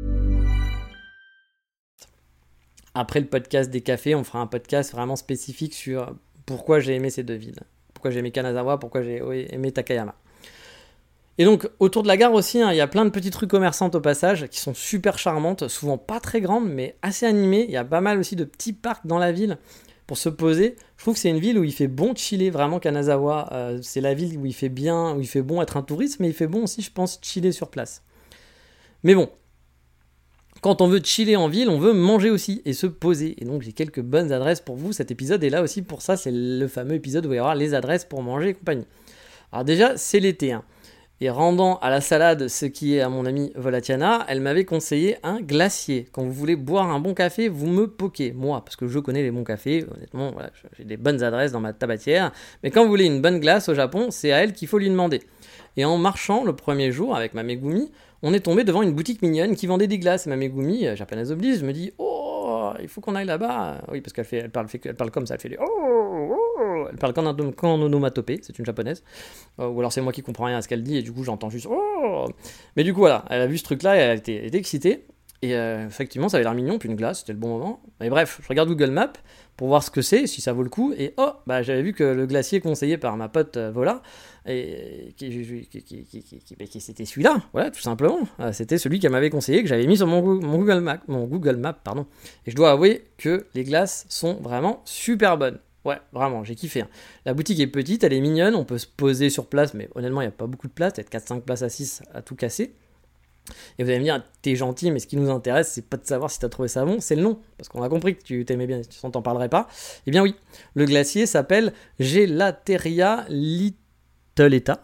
Après le podcast des cafés, on fera un podcast vraiment spécifique sur pourquoi j'ai aimé ces deux villes. Pourquoi j'ai aimé Kanazawa, pourquoi j'ai aimé Takayama. Et donc, autour de la gare aussi, il y a plein de petites rues commerçantes au passage qui sont super charmantes, souvent pas très grandes, mais assez animées. Il y a pas mal aussi de petits parcs dans la ville pour se poser. Je trouve que c'est une ville où il fait bon chiller, vraiment, Kanazawa. C'est la ville où il fait bien, où il fait bon être un touriste, mais il fait bon aussi, je pense, chiller sur place. Mais bon, quand on veut chiller en ville, on veut manger aussi et se poser. Et donc, j'ai quelques bonnes adresses pour vous. Cet épisode est là aussi pour ça. C'est le fameux épisode où il va y avoir les adresses pour manger et compagnie. Alors déjà, c'est l'été. Et rendant à la salade ce qui est à mon amie Volatiana, elle m'avait conseillé un glacier. Quand vous voulez boire un bon café, vous me poquez. Moi, parce que je connais les bons cafés. Honnêtement, voilà, j'ai des bonnes adresses dans ma tabatière. Mais quand vous voulez une bonne glace au Japon, c'est à elle qu'il faut lui demander. Et en marchant le premier jour avec ma Megumi, on est tombé devant une boutique mignonne qui vendait des glaces. Et ma Megumi, japonaise oblige, me dit « Oh, il faut qu'on aille là-bas !» Oui, parce qu'elle parle comme ça, elle fait des « Oh, oh !» Elle parle qu'en onomatopée, c'est une japonaise. Ou alors c'est moi qui comprends rien à ce qu'elle dit et du coup j'entends juste « Oh !» Mais du coup, voilà, elle a vu ce truc-là et elle était excitée. Et effectivement, ça avait l'air mignon, puis une glace, c'était le bon moment. Mais bref, je regarde Google Maps pour voir ce que c'est, si ça vaut le coup. Et j'avais vu que le glacier conseillé par ma pote Vola, et c'était celui-là, voilà, tout simplement. C'était celui qu'elle m'avait conseillé, que j'avais mis sur mon Google Maps. Et je dois avouer que les glaces sont vraiment super bonnes. Ouais, vraiment, j'ai kiffé. La boutique est petite, elle est mignonne, on peut se poser sur place, mais honnêtement, il n'y a pas beaucoup de place, peut-être 4-5 places à 6 à tout casser. Et vous allez me dire, t'es gentil, mais ce qui nous intéresse, c'est pas de savoir si t'as trouvé ça bon, c'est le nom. Parce qu'on a compris que tu t'aimais bien, tu t'en parlerais pas. Eh bien oui, le glacier s'appelle Gelateria Litleta,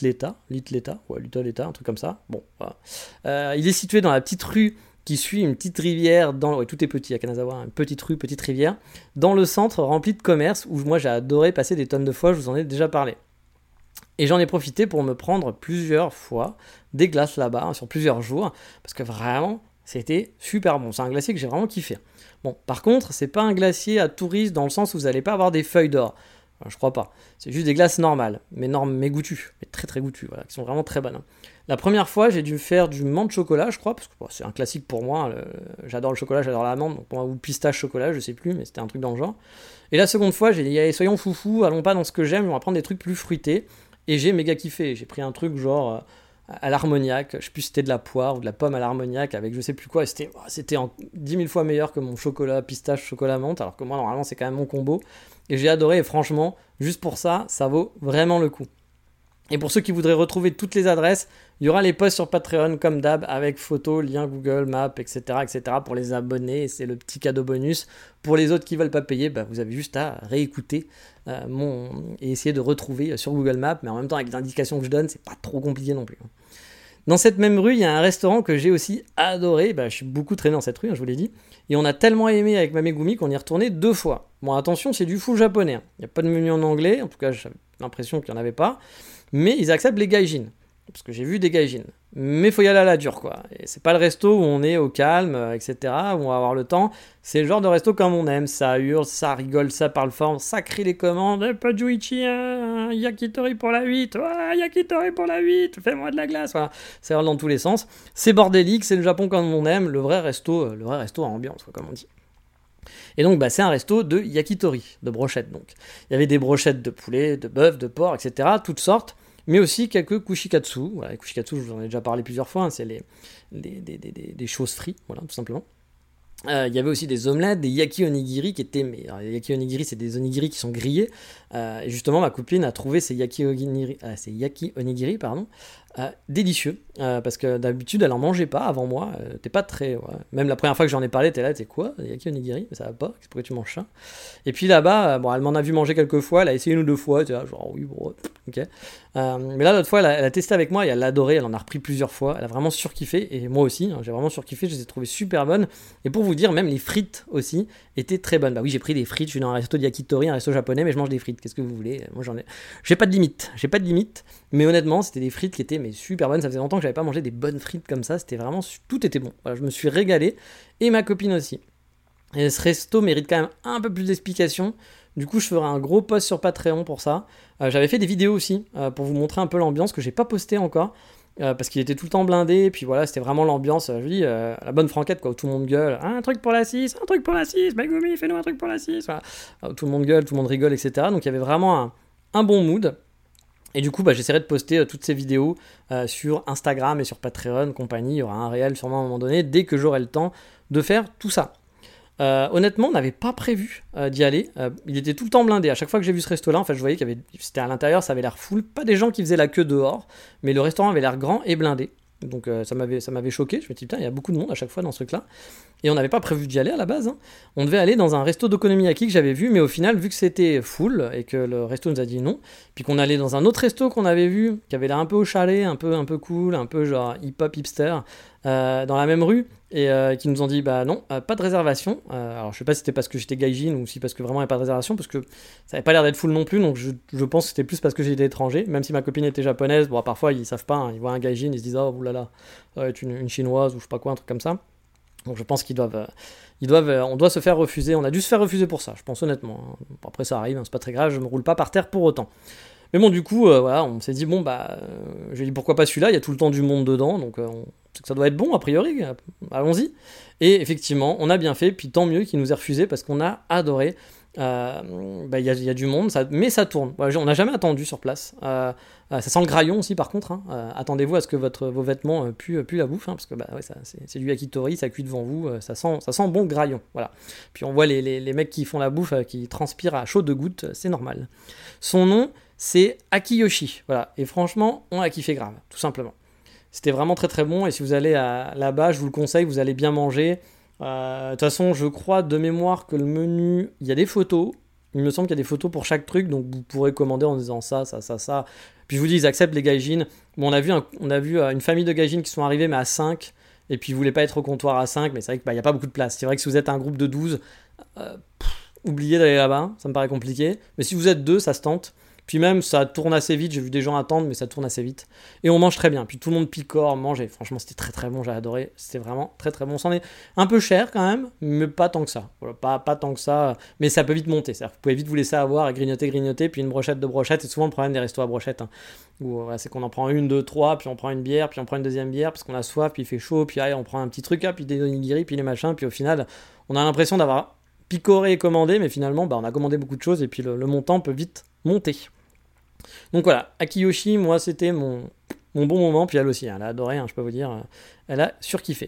un truc comme ça. Bon, voilà. Il est situé dans la petite rue qui suit une petite rivière, tout est petit à Kanazawa, une petite rue, petite rivière, dans le centre rempli de commerce, où moi j'ai adoré passer des tonnes de fois, je vous en ai déjà parlé. Et j'en ai profité pour me prendre plusieurs fois des glaces là-bas, sur plusieurs jours, parce que vraiment, c'était super bon. C'est un glacier que j'ai vraiment kiffé. Bon, par contre, c'est pas un glacier à touristes dans le sens où vous n'allez pas avoir des feuilles d'or. Enfin, je crois pas. C'est juste des glaces normales, mais goûtues, mais très très goûtues, voilà, qui sont vraiment très bonnes. La première fois, j'ai dû faire du menthe chocolat, je crois, parce que c'est un classique pour moi. J'adore le chocolat, j'adore l'amande, ou pistache chocolat, je sais plus, mais c'était un truc dans le genre. Et la seconde fois, j'ai dit, allez, soyons foufou, allons pas dans ce que j'aime, on va prendre des trucs plus fruités. Et j'ai méga kiffé. J'ai pris un truc genre à l'armagnac. Je sais plus si c'était de la poire ou de la pomme à l'armagnac avec je sais plus quoi. C'était 10 000 fois meilleur que mon chocolat pistache, chocolat menthe. Alors que moi, normalement, c'est quand même mon combo. Et j'ai adoré. Et franchement, juste pour ça, ça vaut vraiment le coup. Et pour ceux qui voudraient retrouver toutes les adresses, il y aura les posts sur Patreon comme d'hab avec photos, liens Google Maps, etc. pour les abonnés. Et c'est le petit cadeau bonus. Pour les autres qui ne veulent pas payer, vous avez juste à réécouter et essayer de retrouver sur Google Maps. Mais en même temps, avec les indications que je donne, c'est pas trop compliqué non plus. Dans cette même rue, il y a un restaurant que j'ai aussi adoré. Je suis beaucoup traîné dans cette rue, je vous l'ai dit. Et on a tellement aimé avec ma Megumi qu'on y est retourné 2 fois. Bon, attention, c'est du full japonais. Il n'y a pas de menu en anglais. En tout cas, j'avais l'impression qu'il n'y en avait pas. Mais ils acceptent les gaijin. Parce que j'ai vu des gaijin. Mais il faut y aller à la dure, quoi. Et c'est pas le resto où on est au calme, etc., où on va avoir le temps. C'est le genre de resto comme on aime. Ça hurle, ça rigole, ça parle fort, ça crie les commandes. Pas de Juichi, yakitori pour la 8. Yakitori pour la 8. Fais-moi de la glace. Voilà. Ça hurle dans tous les sens. C'est bordélique, c'est le Japon comme on aime. Le vrai resto à ambiance, quoi, comme on dit. Et donc, c'est un resto de yakitori, de brochettes. Donc, il y avait des brochettes de poulet, de bœuf, de porc, etc., toutes sortes. mais aussi quelques kushikatsu. Voilà, les kushikatsu, je vous en ai déjà parlé plusieurs fois, hein, c'est des choses frites, voilà, tout simplement. Il y avait aussi des omelettes, des yaki onigiri qui étaient... Mais, alors, les yaki onigiri, c'est des onigiri qui sont grillés. Et justement, ma copine a trouvé ces yaki onigiri délicieux. Parce que d'habitude, elle en mangeait pas avant moi. T'es pas très... Ouais. Même la première fois que j'en ai parlé, t'es là, t'es quoi, yaki onigiri? Mais ça va pas, pourquoi tu manges ça? Et puis là-bas, bon, elle m'en a vu manger quelques fois, elle a essayé 1 ou 2 fois, tu vois, genre oui, bon, ok. Mais là, l'autre fois, elle a testé avec moi et elle l'a adoré, elle en a repris plusieurs fois, elle a vraiment surkiffé, et moi aussi, hein, j'ai vraiment surkiffé, je les ai trouvées super bonnes. Et pour vous dire, même les frites aussi étaient très bonnes. Bah oui, j'ai pris des frites, je suis dans un resto de yakitori, un resto japonais, mais je mange des frites, qu'est-ce que vous voulez? Moi j'ai pas de limite, mais honnêtement, c'était des frites qui étaient super bonnes, ça faisait longtemps que j'avais pas mangé des bonnes frites comme ça, c'était vraiment, tout était bon. Voilà, je me suis régalé, et ma copine aussi. Et ce resto mérite quand même un peu plus d'explications. Du coup, je ferai un gros post sur Patreon pour ça. J'avais fait des vidéos aussi pour vous montrer un peu l'ambiance que j'ai pas posté encore parce qu'il était tout le temps blindé. Et puis voilà, c'était vraiment l'ambiance. Je vous dis, la bonne franquette quoi, où tout le monde gueule. Un truc pour la 6, un truc pour la 6, Megumi, fais-nous un truc pour la 6. Voilà. Tout le monde gueule, tout le monde rigole, etc. Donc il y avait vraiment un bon mood. Et du coup, j'essaierai de poster toutes ces vidéos sur Instagram et sur Patreon, compagnie. Il y aura un réel sûrement à un moment donné, dès que j'aurai le temps de faire tout ça. Honnêtement, on n'avait pas prévu d'y aller. Il était tout le temps blindé. À chaque fois que j'ai vu ce resto-là, en fait, je voyais c'était à l'intérieur, ça avait l'air full. Pas des gens qui faisaient la queue dehors, mais le restaurant avait l'air grand et blindé. Donc ça m'avait choqué. Je me suis dit, putain, il y a beaucoup de monde à chaque fois dans ce truc-là. Et on n'avait pas prévu d'y aller à la base. Hein. On devait aller dans un resto d'okonomiyaki que j'avais vu, mais au final, vu que c'était full et que le resto nous a dit non, puis qu'on allait dans un autre resto qu'on avait vu, qui avait l'air un peu au chalet, un peu cool, un peu genre hip-hop hipster, dans la même rue, et qui nous ont dit bah non, pas de réservation. Alors je sais pas si c'était parce que j'étais gaijin ou si parce que vraiment il n'y avait pas de réservation, parce que ça avait pas l'air d'être full non plus, donc je pense que c'était plus parce que j'étais étranger, même si ma copine était japonaise. Bon, parfois ils savent pas, hein, ils voient un gaijin, ils se disent oh oulala, ça va être une chinoise ou je sais pas quoi, un truc comme ça. Donc je pense on doit se faire refuser, on a dû se faire refuser pour ça, je pense honnêtement. Après ça arrive, hein, c'est pas très grave, je me roule pas par terre pour autant. Mais bon, du coup, voilà, on s'est dit, j'ai dit pourquoi pas celui-là, il y a tout le temps du monde dedans, donc c'est que ça doit être bon a priori, allons-y. Et effectivement, on a bien fait, puis tant mieux qu'il nous ait refusé parce qu'on a adoré. Il y a du monde, mais ça tourne. On n'a jamais attendu sur place. Ça sent le graillon aussi par contre. Hein. Attendez-vous à ce que vos vêtements puent la bouffe, hein, parce que c'est du yakitori, ça cuit devant vous, ça sent bon le graillon. Voilà. Puis on voit les mecs qui font la bouffe, qui transpirent à chaudes gouttes, c'est normal. Son nom, c'est Akiyoshi. Voilà. Et franchement, on a kiffé grave, tout simplement. C'était vraiment très très bon, et si vous allez là-bas, je vous le conseille, vous allez bien manger. De toute façon, je crois de mémoire que le menu, il y a des photos. Il me semble qu'il y a des photos pour chaque truc, donc vous pourrez commander en disant ça. Puis je vous dis, ils acceptent les gaijins. Bon, on a vu une famille de gaijins qui sont arrivés, mais à 5, et puis ils voulaient pas être au comptoir à 5, mais c'est vrai qu'il n'y a pas beaucoup de place. C'est vrai que si vous êtes un groupe de 12, oubliez d'aller là-bas, ça me paraît compliqué. Mais si vous êtes 2, ça se tente. Puis même, ça tourne assez vite. J'ai vu des gens attendre, mais ça tourne assez vite. Et on mange très bien. Puis tout le monde picore, mange. Et franchement, c'était très très bon. J'ai adoré. C'était vraiment très très bon. C'en est un peu cher quand même, mais pas tant que ça. Voilà, pas tant que ça. Mais ça peut vite monter. C'est-à-dire que vous pouvez vite vous laisser avoir et grignoter. Puis une brochette, 2 brochettes. C'est souvent le problème des restos à brochettes. Hein, où c'est qu'on en prend 1, 2, 3. Puis on prend une bière. Puis on prend une deuxième bière parce qu'on a soif. Puis il fait chaud. Puis on prend un petit truc. Puis des onigiri. Puis les machins. Puis au final, on a l'impression d'avoir picoré et commandé. Mais finalement, on a commandé beaucoup de choses. Et puis le montant peut vite monter. Donc voilà, Akiyoshi, moi c'était mon bon moment, puis elle aussi, elle a adoré, hein, je peux vous dire, elle a surkiffé.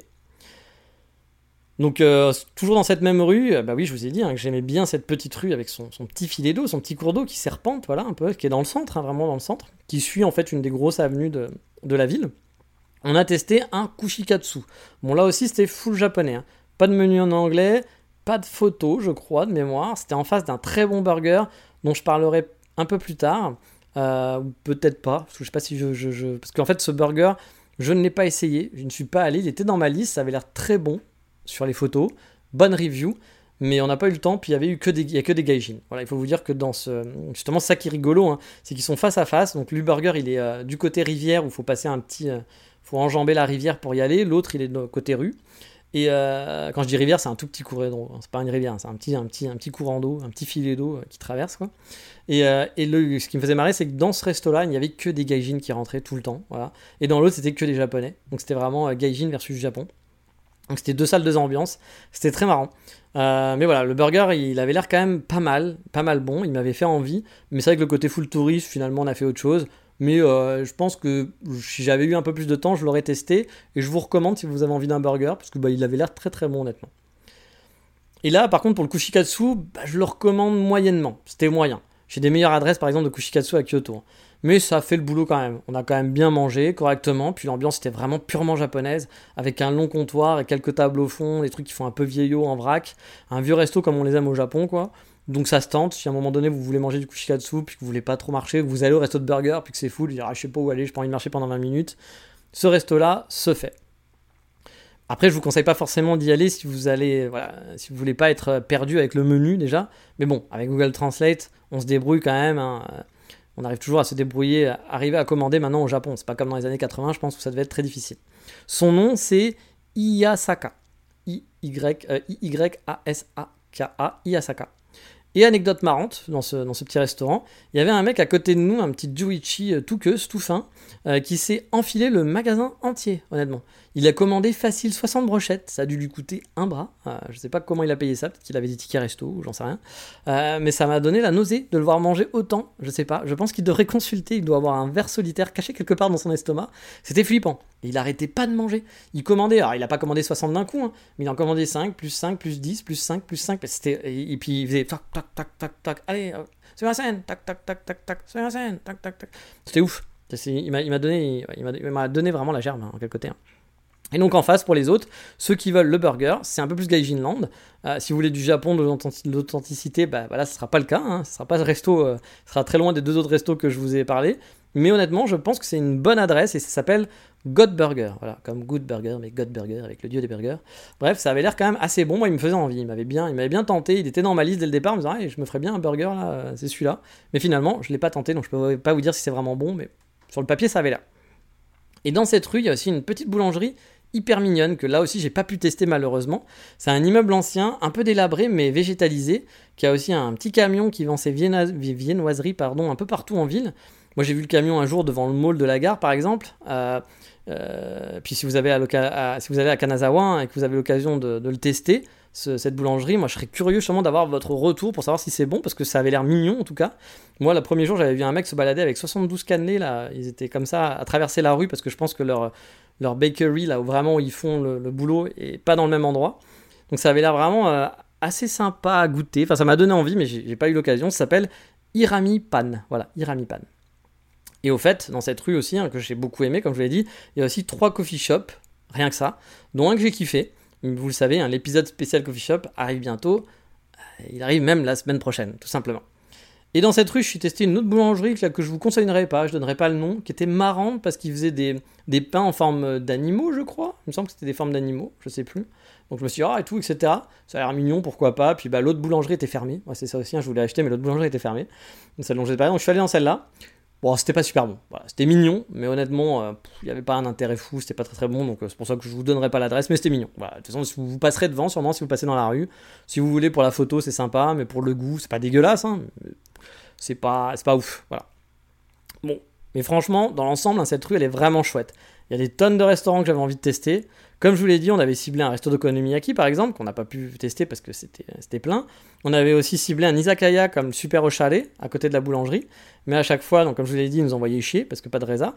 Donc toujours dans cette même rue, oui je vous ai dit hein, que j'aimais bien cette petite rue avec son petit filet d'eau, son petit cours d'eau qui serpente, voilà un peu, qui est dans le centre, hein, vraiment dans le centre, qui suit en fait une des grosses avenues de la ville. On a testé un kushikatsu. Bon là aussi c'était full japonais, hein. Pas de menu en anglais, pas de photo je crois de mémoire, c'était en face d'un très bon burger dont je parlerai un peu plus tard. Ou peut-être pas, parce que je sais pas si parce qu'en fait ce burger je ne l'ai pas essayé, je ne suis pas allé, il était dans ma liste, ça avait l'air très bon sur les photos, bonne review, mais on n'a pas eu le temps, puis il y a que des gaijins. Voilà, il faut vous dire que dans justement c'est ça qui est rigolo, hein, c'est qu'ils sont face à face, donc le burger il est du côté rivière où il faut passer faut enjamber la rivière pour y aller, l'autre il est côté rue. Et quand je dis rivière, c'est un tout petit courant d'eau. C'est pas une rivière, c'est un petit courant d'eau, un petit filet d'eau qui traverse, quoi. Et ce qui me faisait marrer, c'est que dans ce resto-là, il n'y avait que des gaijins qui rentraient tout le temps. Voilà. Et dans l'autre, c'était que des japonais. Donc c'était vraiment gaijin versus Japon. Donc c'était 2 salles, 2 ambiances. C'était très marrant. Mais voilà, le burger, il avait l'air quand même pas mal bon. Il m'avait fait envie. Mais c'est vrai que le côté full touriste, finalement, on a fait autre chose. Mais je pense que si j'avais eu un peu plus de temps, je l'aurais testé. Et je vous recommande si vous avez envie d'un burger, parce que il avait l'air très très bon honnêtement. Et là, par contre, pour le kushikatsu, je le recommande moyennement. C'était moyen. J'ai des meilleures adresses, par exemple, de kushikatsu à Kyoto. Mais ça fait le boulot quand même. On a quand même bien mangé correctement. Puis l'ambiance était vraiment purement japonaise, avec un long comptoir et quelques tables au fond, des trucs qui font un peu vieillot en vrac. Un vieux resto comme on les aime au Japon, quoi. Donc ça se tente. Si à un moment donné vous voulez manger du kushikatsu, puis que vous voulez pas trop marcher, vous allez au resto de burger, puis que c'est full, je sais pas où aller, j'ai pas envie de marcher pendant 20 minutes. Ce resto-là se fait. Après, je vous conseille pas forcément d'y aller si vous voulez pas être perdu avec le menu déjà. Mais bon, avec Google Translate, on se débrouille quand même. On arrive toujours à se débrouiller, à arriver à commander maintenant au Japon. C'est pas comme dans les années 80, je pense que ça devait être très difficile. Son nom, c'est Iyasaka. I-Y-A-S-A-K-A, Iyasaka. Et anecdote marrante, dans ce petit restaurant, il y avait un mec à côté de nous, un petit Juichi tout queuse, tout fin, qui s'est enfilé le magasin entier, honnêtement. Il a commandé facile 60 brochettes, ça a dû lui coûter un bras. Je sais pas comment il a payé ça, peut-être qu'il avait des tickets resto, ou j'en sais rien. Mais ça m'a donné la nausée de le voir manger autant, je sais pas. Je pense qu'il devrait consulter, il doit avoir un ver solitaire caché quelque part dans son estomac. C'était flippant. Et il arrêtait pas de manger. Il commandait, alors il a pas commandé 60 d'un coup, mais il en commandait 5, plus 5, plus 10, plus 5, plus 5. Et puis il faisait tac, tac, tac, tac, tac, allez, c'est la scène, tac, tac, tac, tac, tac, c'est la scène, tac, tac, tac. C'était ouf. Il m'a donné vraiment la gerbe, en quelque côté. Et donc en face, pour les autres, ceux qui veulent le burger, c'est un peu plus Gaijinland. Si vous voulez du Japon, de l'authenticité, voilà, ce sera pas le cas. Ce sera pas ce resto, ce sera très loin des deux autres restos que je vous ai parlé. Mais honnêtement, je pense que c'est une bonne adresse et ça s'appelle God Burger. Voilà, comme Good Burger, mais God Burger avec le dieu des burgers. Bref, ça avait l'air quand même assez bon. Moi, il me faisait envie. Il m'avait bien tenté. Il était dans ma liste dès le départ. En me disant, je me ferais bien un burger là, c'est celui-là. Mais finalement, je l'ai pas tenté, donc je peux pas vous dire si c'est vraiment bon, mais sur le papier, ça avait l'air. Et dans cette rue, il y a aussi une petite boulangerie hyper mignonne que là aussi j'ai pas pu tester malheureusement. C'est un immeuble ancien, un peu délabré mais végétalisé, qui a aussi un petit camion qui vend ses viennoiseries un peu partout en ville. Moi j'ai vu le camion un jour devant le mall de la gare par exemple. Puis si vous allez à Kanazawa et que vous avez l'occasion de le tester, cette boulangerie, moi je serais curieux justement d'avoir votre retour pour savoir si c'est bon, parce que ça avait l'air mignon en tout cas. Moi le premier jour j'avais vu un mec se balader avec 72 cannelés là, ils étaient comme ça à traverser la rue parce que je pense que leur bakery là où vraiment ils font le boulot est pas dans le même endroit. Donc ça avait l'air vraiment assez sympa à goûter, enfin ça m'a donné envie mais j'ai pas eu l'occasion. Ça s'appelle Irami Pan, voilà, Irami Pan. Et au fait, dans cette rue aussi, que j'ai beaucoup aimé, comme je vous l'ai dit, il y a aussi 3 coffee shops, rien que ça, dont un que j'ai kiffé. Vous le savez, l'épisode spécial coffee shop arrive bientôt. Il arrive même la semaine prochaine, tout simplement. Et dans cette rue, je suis testé une autre boulangerie que je vous conseillerais pas, je donnerai pas le nom, qui était marrante parce qu'ils faisaient des pains en forme d'animaux, je crois. Il me semble que c'était des formes d'animaux, je sais plus. Donc je me suis dit, et tout, etc. Ça a l'air mignon, pourquoi pas. Puis l'autre boulangerie était fermée. Ouais, c'est ça aussi, je voulais acheter, mais l'autre boulangerie était fermée. Donc celle dont j'ai parlé, donc je suis allé dans celle-là. Bon, c'était pas super bon. Voilà, c'était mignon, mais honnêtement, il n'y avait pas un intérêt fou, c'était pas très très bon, donc c'est pour ça que je vous donnerai pas l'adresse, mais c'était mignon. Voilà, de toute façon, vous passerez devant, sûrement, si vous passez dans la rue. Si vous voulez, pour la photo, c'est sympa, mais pour le goût, c'est pas dégueulasse, c'est pas ouf, voilà. Bon, mais franchement, dans l'ensemble, cette rue, elle est vraiment chouette. Il y a des tonnes de restaurants que j'avais envie de tester. Comme je vous l'ai dit, on avait ciblé un resto d'Okonomiyaki, par exemple, qu'on n'a pas pu tester parce que c'était plein. On avait aussi ciblé un izakaya comme Super Oshare, à côté de la boulangerie. Mais à chaque fois, donc, comme je vous l'ai dit, ils nous envoyaient chier parce que pas de résa.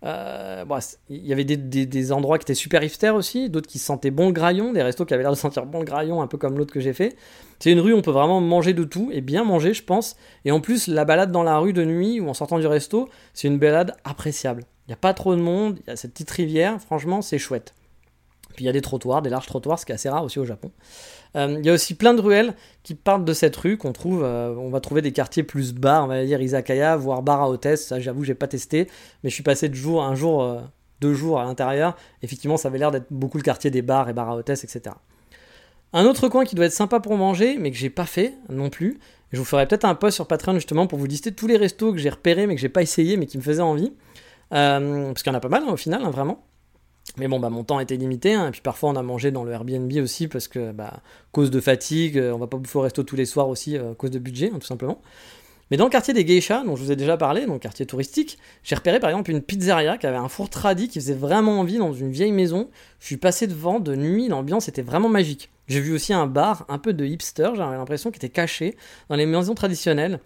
Il y avait des endroits qui étaient super hipster aussi, d'autres qui sentaient bon le graillon, des restos qui avaient l'air de sentir bon le graillon, un peu comme l'autre que j'ai fait. C'est une rue où on peut vraiment manger de tout, et bien manger je pense, et en plus la balade dans la rue de nuit ou en sortant du resto, c'est une balade appréciable. Il n'y a pas trop de monde, il y a cette petite rivière, franchement c'est chouette. Puis il y a des trottoirs, des larges trottoirs, ce qui est assez rare aussi au Japon. Il y a aussi plein de ruelles qui partent de cette rue qu'on trouve. On va trouver des quartiers plus bas, on va dire izakaya, voire bar à hôtesse. Ça, j'avoue, j'ai pas testé, mais je suis passé 2 jours à l'intérieur. Effectivement, ça avait l'air d'être beaucoup le quartier des bars et bars à hôtesse, etc. Un autre coin qui doit être sympa pour manger, mais que j'ai pas fait non plus. Je vous ferai peut-être un post sur Patreon justement pour vous lister tous les restos que j'ai repérés, mais que j'ai pas essayé, mais qui me faisaient envie. Parce qu'il y en a pas mal au final, vraiment. Mais bon, mon temps était limité, et puis parfois on a mangé dans le Airbnb aussi parce que, cause de fatigue, on va pas bouffer au resto tous les soirs aussi, cause de budget, tout simplement. Mais dans le quartier des geishas, dont je vous ai déjà parlé, donc quartier touristique, j'ai repéré par exemple une pizzeria qui avait un four tradi qui faisait vraiment envie dans une vieille maison. Je suis passé devant de nuit, l'ambiance était vraiment magique. J'ai vu aussi un bar, un peu de hipster, j'avais l'impression, qui était caché dans les maisons traditionnelles.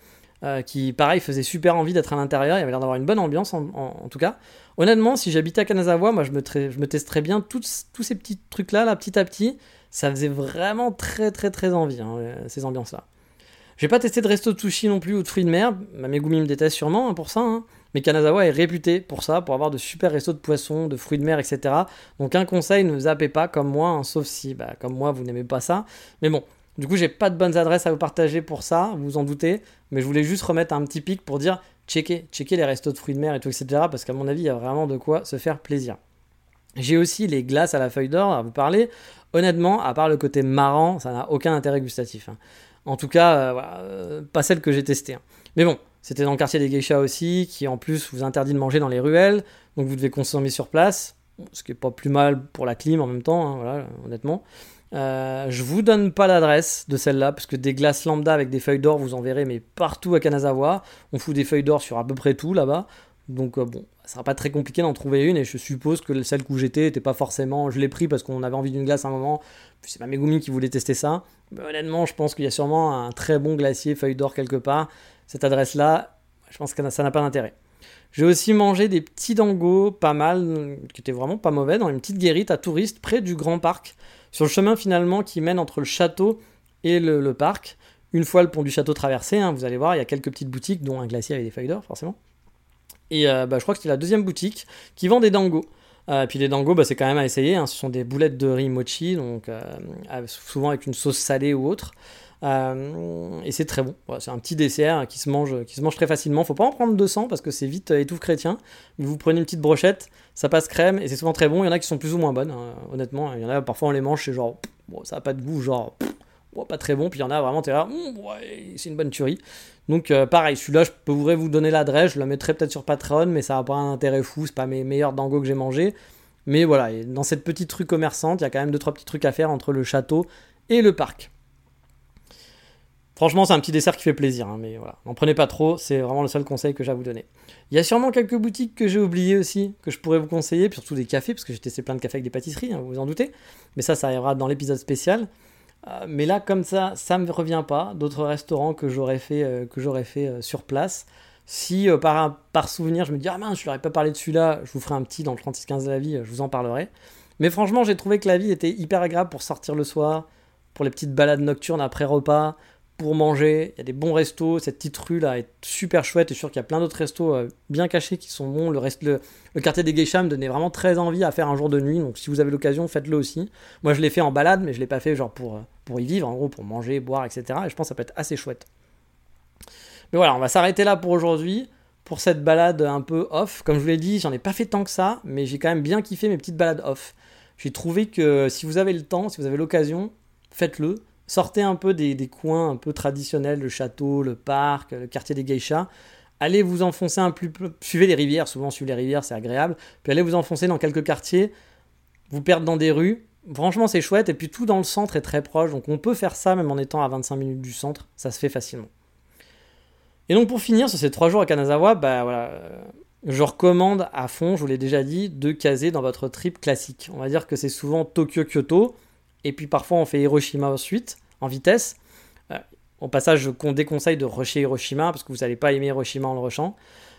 qui pareil faisait super envie d'être à l'intérieur, il y avait l'air d'avoir une bonne ambiance en tout cas. Honnêtement, si j'habitais à Kanazawa, moi je me testerais bien tous ces petits trucs-là, là, petit à petit. Ça faisait vraiment très très très envie, ces ambiances-là. J'ai pas testé de resto de sushi non plus ou de fruits de mer. Megumi me déteste sûrement pour ça, mais Kanazawa est réputé pour ça, pour avoir de super restos de poissons, de fruits de mer, etc. Donc un conseil, ne zappez pas comme moi, sauf si, comme moi, vous n'aimez pas ça. Mais bon, du coup, j'ai pas de bonnes adresses à vous partager pour ça, vous vous en doutez. Mais je voulais juste remettre un petit pic pour dire, checkez les restos de fruits de mer et tout, etc. Parce qu'à mon avis, il y a vraiment de quoi se faire plaisir. J'ai aussi les glaces à la feuille d'or à vous parler. Honnêtement, à part le côté marrant, ça n'a aucun intérêt gustatif. En tout cas, pas celle que j'ai testée. Mais bon, c'était dans le quartier des geishas aussi, qui en plus vous interdit de manger dans les ruelles, donc vous devez consommer sur place, ce qui est pas plus mal pour la clim en même temps, voilà, honnêtement. Je vous donne pas l'adresse de celle-là, parce que des glaces lambda avec des feuilles d'or, vous en verrez, mais partout à Kanazawa. On fout des feuilles d'or sur à peu près tout là-bas. Donc bon, ça sera pas très compliqué d'en trouver une, et je suppose que celle où j'étais était pas forcément... Je l'ai pris parce qu'on avait envie d'une glace à un moment, puis c'est pas Megumi qui voulait tester ça. Mais honnêtement, je pense qu'il y a sûrement un très bon glacier feuille d'or quelque part. Cette adresse-là, je pense que ça n'a pas d'intérêt. J'ai aussi mangé des petits dangos, pas mal, qui étaient vraiment pas mauvais, dans une petite guérite à touristes près du Grand Parc, sur le chemin finalement qui mène entre le château et le parc. Une fois le pont du château traversé, vous allez voir, il y a quelques petites boutiques, dont un glacier avec des feuilles d'or, forcément. Et je crois que c'était la deuxième boutique qui vend des dangos. Puis les dangos, c'est quand même à essayer. Ce sont des boulettes de riz mochi, donc souvent avec une sauce salée ou autre. Et c'est très bon. Voilà, c'est un petit dessert qui se mange très facilement. Faut pas en prendre 200 parce que c'est vite étouffe chrétien. Mais vous prenez une petite brochette, ça passe crème et c'est souvent très bon. Il y en a qui sont plus ou moins bonnes, honnêtement. Il y en a parfois on les mange, c'est genre ça a pas de goût, genre pas très bon. Puis il y en a vraiment, t'es là, ouais, c'est une bonne tuerie. Donc pareil, celui-là, je pourrais vous donner l'adresse, je la mettrai peut-être sur Patreon, mais ça n'a pas un intérêt fou, c'est pas mes meilleurs dangos que j'ai mangés. Mais voilà, dans cette petite rue commerçante, il y a quand même 2-3 petits trucs à faire entre le château et le parc. Franchement, c'est un petit dessert qui fait plaisir, mais voilà, n'en prenez pas trop, c'est vraiment le seul conseil que j'ai à vous donner. Il y a sûrement quelques boutiques que j'ai oubliées aussi, que je pourrais vous conseiller, puis surtout des cafés, parce que j'ai testé plein de cafés avec des pâtisseries, vous vous en doutez. Mais ça arrivera dans l'épisode spécial. Mais là, comme ça me revient pas d'autres restaurants que j'aurais fait sur place. Si par souvenir, je me dis mince, je leur ai pas parlé de celui-là, je vous ferai un petit dans le 36-15 de la vie, je vous en parlerai. Mais franchement, j'ai trouvé que la ville était hyper agréable pour sortir le soir, pour les petites balades nocturnes après repas, pour manger. Il y a des bons restos, cette petite rue là est super chouette. Et je suis sûr qu'il y a plein d'autres restos bien cachés qui sont bons. Le quartier des geishas me donnait vraiment très envie à faire un jour de nuit, donc si vous avez l'occasion, faites-le aussi. Moi je l'ai fait en balade, mais je l'ai pas fait genre pour y vivre, en gros pour manger, boire, etc. Et je pense que ça peut être assez chouette. Mais voilà, on va s'arrêter là pour aujourd'hui, pour cette balade un peu off. Comme je vous l'ai dit, j'en ai pas fait tant que ça, mais j'ai quand même bien kiffé mes petites balades off. J'ai trouvé que si vous avez le temps, si vous avez l'occasion, faites-le. Sortez un peu des coins un peu traditionnels, le château, le parc, le quartier des geishas. Allez vous enfoncer un peu, suivez les rivières, souvent suivre les rivières c'est agréable. Puis allez vous enfoncer dans quelques quartiers, vous perdre dans des rues. Franchement c'est chouette, et puis tout dans le centre est très proche, donc on peut faire ça même en étant à 25 minutes du centre, ça se fait facilement. Et donc pour finir, sur ces 3 jours à Kanazawa, je recommande à fond, je vous l'ai déjà dit, de caser dans votre trip classique. On va dire que c'est souvent Tokyo-Kyoto, et puis parfois on fait Hiroshima ensuite, en vitesse. Au passage, je déconseille de rusher Hiroshima, parce que vous n'allez pas aimer Hiroshima en le rushant.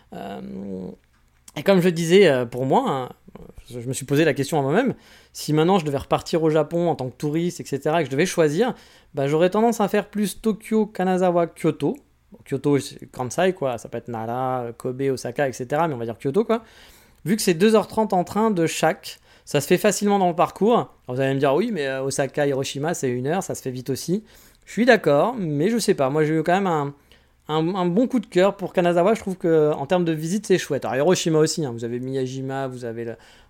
Et comme je disais, pour moi, je me suis posé la question à moi-même, si maintenant je devais repartir au Japon en tant que touriste, etc., et que je devais choisir, j'aurais tendance à faire plus Tokyo, Kanazawa, Kyoto. Kyoto, c'est Kansai, quoi. Ça peut être Nara, Kobe, Osaka, etc., mais on va dire Kyoto, quoi. Vu que c'est 2h30 en train de chaque, ça se fait facilement dans le parcours. Alors vous allez me dire, oui, mais Osaka, Hiroshima, c'est 1 heure, ça se fait vite aussi. Je suis d'accord, mais je sais pas. Moi, j'ai eu quand même un bon coup de cœur pour Kanazawa. Je trouve qu'en termes de visite, c'est chouette. Alors Hiroshima aussi, vous avez Miyajima, vous avez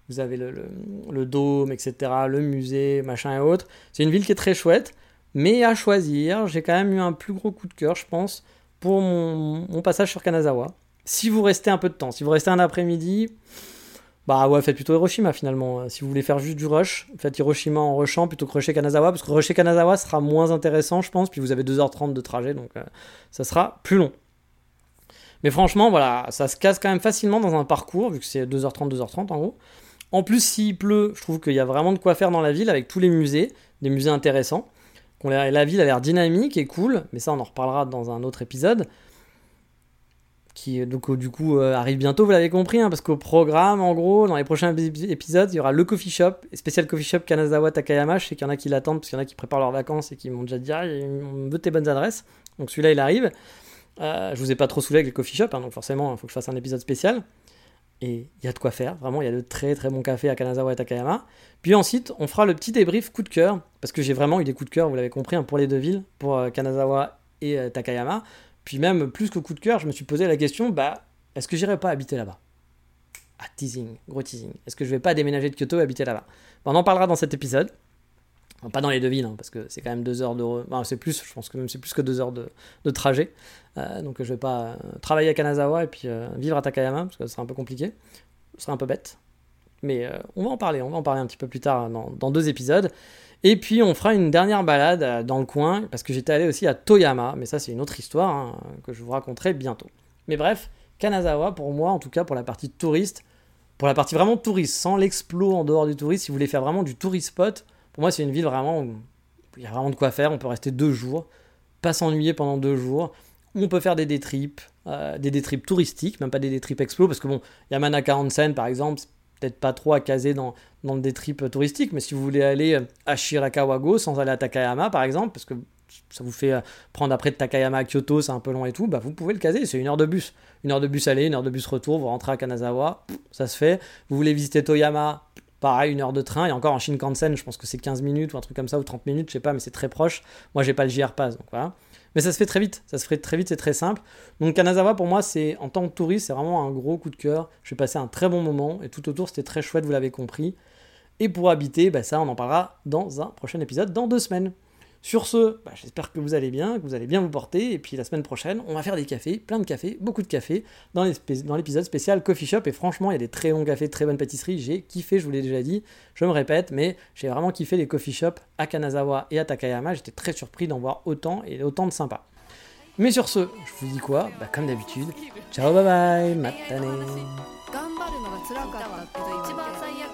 le dôme, etc., le musée, machin et autres. C'est une ville qui est très chouette, mais à choisir, j'ai quand même eu un plus gros coup de cœur, je pense, pour mon passage sur Kanazawa. Si vous restez un peu de temps, si vous restez un après-midi... faites plutôt Hiroshima finalement. Si vous voulez faire juste du rush, faites Hiroshima en rushant plutôt que rusher Kanazawa, parce que rusher Kanazawa sera moins intéressant, je pense, puis vous avez 2h30 de trajet, donc ça sera plus long. Mais franchement, voilà, ça se casse quand même facilement dans un parcours, vu que c'est 2h30 en gros. En plus, s'il pleut, je trouve qu'il y a vraiment de quoi faire dans la ville, avec tous les musées, des musées intéressants. La ville a l'air dynamique et cool, mais ça on en reparlera dans un autre épisode. qui donc du coup arrive bientôt, vous l'avez compris, hein, parce qu'au programme, en gros, dans les prochains épisodes, il y aura le coffee shop, spécial coffee shop Kanazawa Takayama. Je sais qu'il y en a qui l'attendent, parce qu'il y en a qui préparent leurs vacances et qui m'ont déjà dit « Ah, on veut tes bonnes adresses ». Donc celui-là, il arrive. Je vous ai pas trop saoulé avec le coffee shop, hein, donc forcément, il faut que je fasse un épisode spécial. Et il y a de quoi faire, vraiment, il y a de très très bons cafés à Kanazawa et Takayama. Puis ensuite, on fera le petit débrief coup de cœur, parce que j'ai vraiment eu des coups de cœur, vous l'avez compris, hein, pour les deux villes, pour Kanazawa et Takayama. Puis même, plus que coup de cœur, je me suis posé la question, est-ce que j'irai pas habiter là-bas ? Ah, teasing, gros teasing. Est-ce que je vais pas déménager de Kyoto et habiter là-bas ? On en parlera dans cet épisode. Enfin, pas dans les deux villes, hein, parce que c'est quand même 2 heures de... Enfin, c'est plus, je pense que même c'est plus que 2 heures de trajet. Donc je vais pas travailler à Kanazawa et puis vivre à Takayama, parce que ce serait un peu compliqué. Ce serait un peu bête. Mais on va en parler un petit peu plus tard dans 2 épisodes. Et puis on fera une dernière balade dans le coin, parce que j'étais allé aussi à Toyama, mais ça c'est une autre histoire, hein, que je vous raconterai bientôt. Mais bref, Kanazawa, pour moi, en tout cas pour la partie touriste, pour la partie vraiment touriste, sans l'explo en dehors du touriste, si vous voulez faire vraiment du tourist spot, pour moi c'est une ville vraiment où il y a vraiment de quoi faire, on peut rester 2 jours, pas s'ennuyer pendant 2 jours, où on peut faire des day trips touristiques, même pas des day trips explo, parce que bon, Yamanaka Onsen par exemple, peut-être pas trop à caser dans le day trip touristique, mais si vous voulez aller à Shirakawa-go sans aller à Takayama par exemple, parce que ça vous fait prendre après de Takayama à Kyoto, c'est un peu long et tout, vous pouvez le caser, c'est 1 heure de bus. 1 heure de bus aller, 1 heure de bus retour, vous rentrez à Kanazawa, ça se fait. Vous voulez visiter Toyama, pareil, 1 heure de train, et encore en Shinkansen, je pense que c'est 15 minutes ou un truc comme ça, ou 30 minutes, je sais pas, mais c'est très proche. Moi, j'ai pas le JR Pass, donc voilà. Mais ça se fait très vite, c'est très simple. Donc Kanazawa, pour moi, c'est en tant que touriste, c'est vraiment un gros coup de cœur. Je vais passer un très bon moment, et tout autour, c'était très chouette, vous l'avez compris. Et pour habiter, ça, on en parlera dans un prochain épisode, dans 2 semaines. Sur ce, j'espère que vous allez bien, que vous allez bien vous porter, et puis la semaine prochaine, on va faire des cafés, plein de cafés, beaucoup de cafés, dans l'épisode spécial Coffee Shop, et franchement, il y a des très bons cafés, très bonnes pâtisseries, j'ai kiffé, je vous l'ai déjà dit, je me répète, mais j'ai vraiment kiffé les coffee shops à Kanazawa et à Takayama, j'étais très surpris d'en voir autant, et autant de sympas. Mais sur ce, je vous dis quoi ? Comme d'habitude, ciao, bye bye, matane.